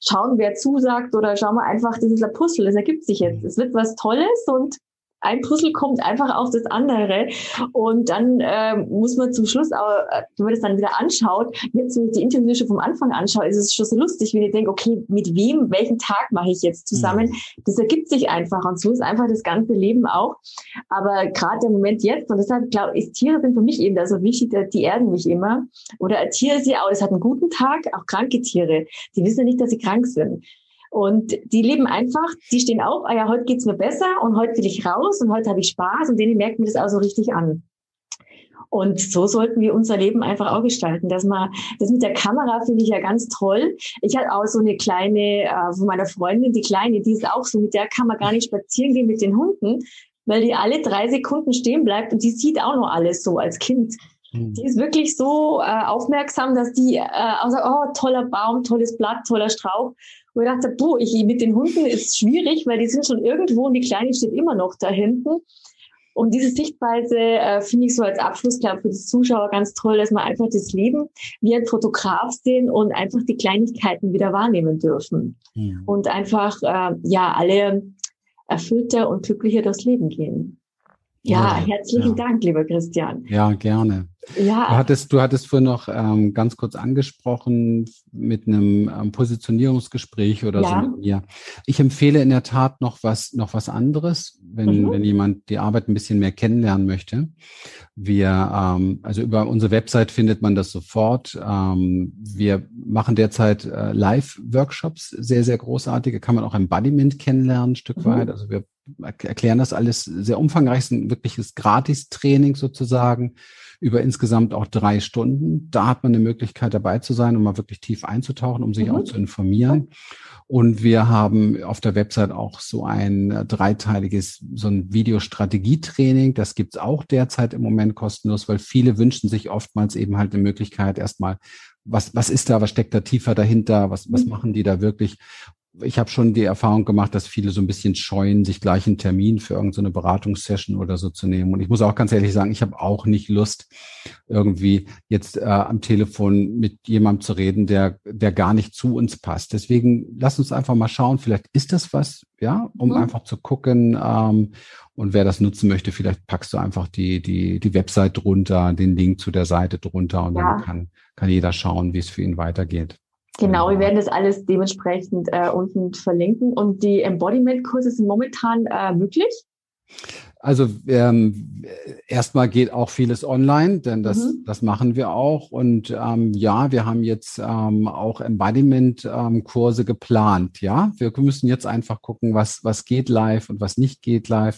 schauen, wer zusagt oder schauen wir einfach, das ist ein Puzzle, das ergibt sich jetzt. Es wird was Tolles und ein Puzzle kommt einfach auf das andere und dann äh, muss man zum Schluss, aber äh, wenn man das dann wieder anschaut, jetzt wenn ich die Interviews schon vom Anfang anschaue, ist es schon so lustig, wenn ich denke, okay, mit wem, welchen Tag mache ich jetzt zusammen? Mhm. Das ergibt sich einfach und so ist einfach das ganze Leben auch. Aber gerade der Moment jetzt, und deshalb glaube ich, Tiere sind für mich eben da so wichtig, die erden mich immer. Oder Tiere ist ja auch, das hat einen guten Tag, auch kranke Tiere, die wissen ja nicht, dass sie krank sind. Und die leben einfach, die stehen auf, ah ja, heute geht's mir besser und heute will ich raus und heute habe ich Spaß und denen merkt man das auch so richtig an. Und so sollten wir unser Leben einfach auch gestalten, dass man, das mit der Kamera finde ich ja ganz toll. Ich hatte auch so eine kleine, äh, von meiner Freundin, die Kleine, die ist auch so, mit der kann man gar nicht spazieren gehen mit den Hunden, weil die alle drei Sekunden stehen bleibt und die sieht auch noch alles so als Kind. Die ist wirklich so äh, aufmerksam, dass die äh, auch sagt, oh, toller Baum, tolles Blatt, toller Strauch. Und ich dachte, boah, ich, mit den Hunden ist schwierig, weil die sind schon irgendwo und die Kleine steht immer noch da hinten. Und diese Sichtweise äh, finde ich so als Abschluss, glaube ich, für die Zuschauer ganz toll, dass man einfach das Leben wie ein Fotograf sehen und einfach die Kleinigkeiten wieder wahrnehmen dürfen. Ja. Und einfach, äh, ja, alle erfüllter und glücklicher durchs Leben gehen. Ja, ja, herzlichen ja. Dank, lieber Christian. Ja, gerne. Ja. Du hattest, du hattest vorhin noch ähm, ganz kurz angesprochen mit einem ähm, Positionierungsgespräch oder ja. so mit mir. Ich empfehle in der Tat noch was, noch was anderes, wenn, mhm. wenn jemand die Arbeit ein bisschen mehr kennenlernen möchte. Wir, ähm, also über unsere Website findet man das sofort. Ähm, wir machen derzeit äh, Live-Workshops, sehr, sehr großartige. Kann man auch Embodiment kennenlernen, ein Stück mhm. weit. Also wir erklären das alles sehr umfangreich, ist ein wirkliches Gratis-Training sozusagen über insgesamt auch drei Stunden. Da hat man eine Möglichkeit dabei zu sein, um mal wirklich tief einzutauchen, um sich mhm. auch zu informieren. Und wir haben auf der Website auch so ein dreiteiliges, so ein Videostrategietraining. Das gibt's auch derzeit im Moment kostenlos, weil viele wünschen sich oftmals eben halt eine Möglichkeit erstmal, was, was ist da, was steckt da tiefer dahinter, was, was machen die da wirklich? Ich habe schon die Erfahrung gemacht, dass viele so ein bisschen scheuen, sich gleich einen Termin für irgendeine so Beratungssession oder so zu nehmen. Und ich muss auch ganz ehrlich sagen, ich habe auch nicht Lust, irgendwie jetzt äh, am Telefon mit jemandem zu reden, der der gar nicht zu uns passt. Deswegen lass uns einfach mal schauen, vielleicht ist das was, ja, um mhm. einfach zu gucken. Ähm, und wer das nutzen möchte, vielleicht packst du einfach die die die Website drunter, den Link zu der Seite drunter und ja. dann kann kann jeder schauen, wie es für ihn weitergeht. Genau, wir werden das alles dementsprechend äh, unten verlinken. Und die Embodiment-Kurse sind momentan äh, möglich? Also ähm, erstmal geht auch vieles online, denn das mhm. das machen wir auch. Und ähm, ja, wir haben jetzt ähm, auch Embodiment-Kurse ähm, geplant. Ja, wir müssen jetzt einfach gucken, was was geht live und was nicht geht live.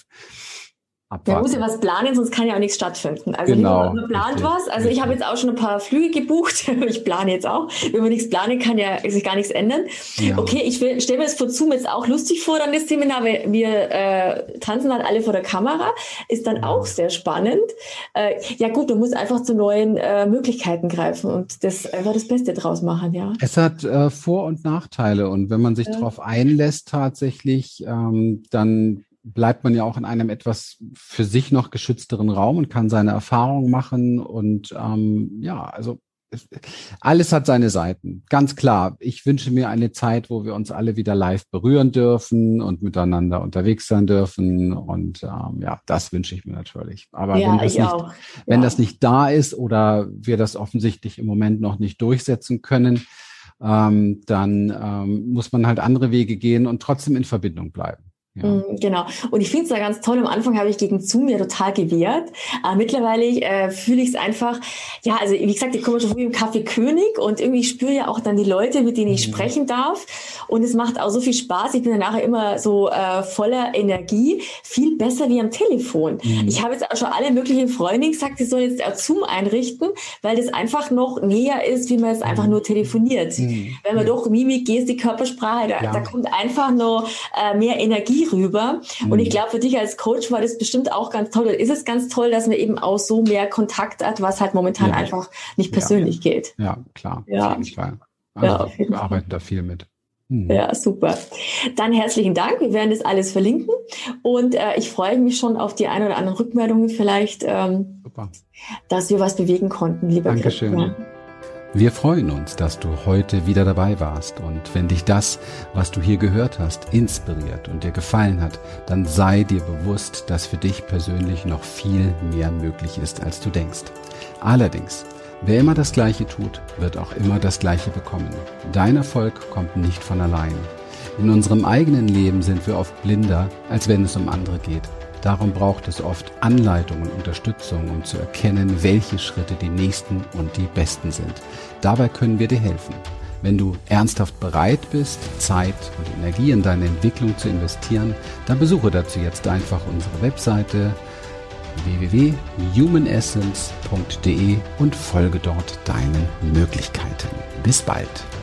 Man muss ja was planen, sonst kann ja auch nichts stattfinden. Also genau, man plant richtig, was. Also richtig. Ich habe jetzt auch schon ein paar Flüge gebucht. Ich plane jetzt auch. Wenn man nichts planen kann, ja sich gar nichts ändern. Ja. Okay, ich stelle mir das vor Zoom jetzt auch lustig vor, dann das Seminar. Wir, wir äh, tanzen halt alle vor der Kamera. Ist dann ja. auch sehr spannend. Äh, ja gut, man muss einfach zu neuen äh, Möglichkeiten greifen und das einfach das Beste draus machen. Ja. Es hat äh, Vor- und Nachteile. Und wenn man sich ja. darauf einlässt tatsächlich, ähm, dann bleibt man ja auch in einem etwas für sich noch geschützteren Raum und kann seine Erfahrungen machen. Und ähm, ja, also es, alles hat seine Seiten. Ganz klar, ich wünsche mir eine Zeit, wo wir uns alle wieder live berühren dürfen und miteinander unterwegs sein dürfen. Und ähm, ja, das wünsche ich mir natürlich. Aber ja, wenn, das nicht, auch. wenn ja. das nicht da ist oder wir das offensichtlich im Moment noch nicht durchsetzen können, ähm, dann ähm, muss man halt andere Wege gehen und trotzdem in Verbindung bleiben. Ja. Genau. Und ich finde es da ganz toll. Am Anfang habe ich gegen Zoom ja total gewehrt. Aber mittlerweile äh, fühle ich es einfach, ja, also wie gesagt, ich komme schon früh im Café König und irgendwie spüre ja auch dann die Leute, mit denen ich mhm. sprechen darf. Und es macht auch so viel Spaß. Ich bin dann nachher immer so äh, voller Energie. Viel besser wie am Telefon. Mhm. Ich habe jetzt auch schon alle möglichen Freundinnen gesagt, sie sollen jetzt auch Zoom einrichten, weil das einfach noch näher ist, wie man es einfach nur telefoniert. Mhm. Wenn man doch Mimik, Gestik, Körpersprache, da, ja. da kommt einfach noch äh, mehr Energie rüber. Mhm. Und ich glaube, für dich als Coach war das bestimmt auch ganz toll. Oder ist es ganz toll, dass man eben auch so mehr Kontakt hat, was halt momentan ja. einfach nicht persönlich ja. geht. Ja, klar. Ja. Auf jeden Fall. Also ja, auf jeden wir arbeiten Fall. da viel mit. Mhm. Ja, super. Dann herzlichen Dank. Wir werden das alles verlinken. Und äh, ich freue mich schon auf die ein oder anderen Rückmeldungen vielleicht, ähm, super. dass wir was bewegen konnten, lieber Dankeschön. Christian. Wir freuen uns, dass du heute wieder dabei warst, und wenn dich das, was du hier gehört hast, inspiriert und dir gefallen hat, dann sei dir bewusst, dass für dich persönlich noch viel mehr möglich ist, als du denkst. Allerdings, wer immer das Gleiche tut, wird auch immer das Gleiche bekommen. Dein Erfolg kommt nicht von allein. In unserem eigenen Leben sind wir oft blinder, als wenn es um andere geht. Darum braucht es oft Anleitung und Unterstützung, um zu erkennen, welche Schritte die nächsten und die besten sind. Dabei können wir dir helfen. Wenn du ernsthaft bereit bist, Zeit und Energie in deine Entwicklung zu investieren, dann besuche dazu jetzt einfach unsere Webseite w w w punkt human essence punkt d e und folge dort deinen Möglichkeiten. Bis bald!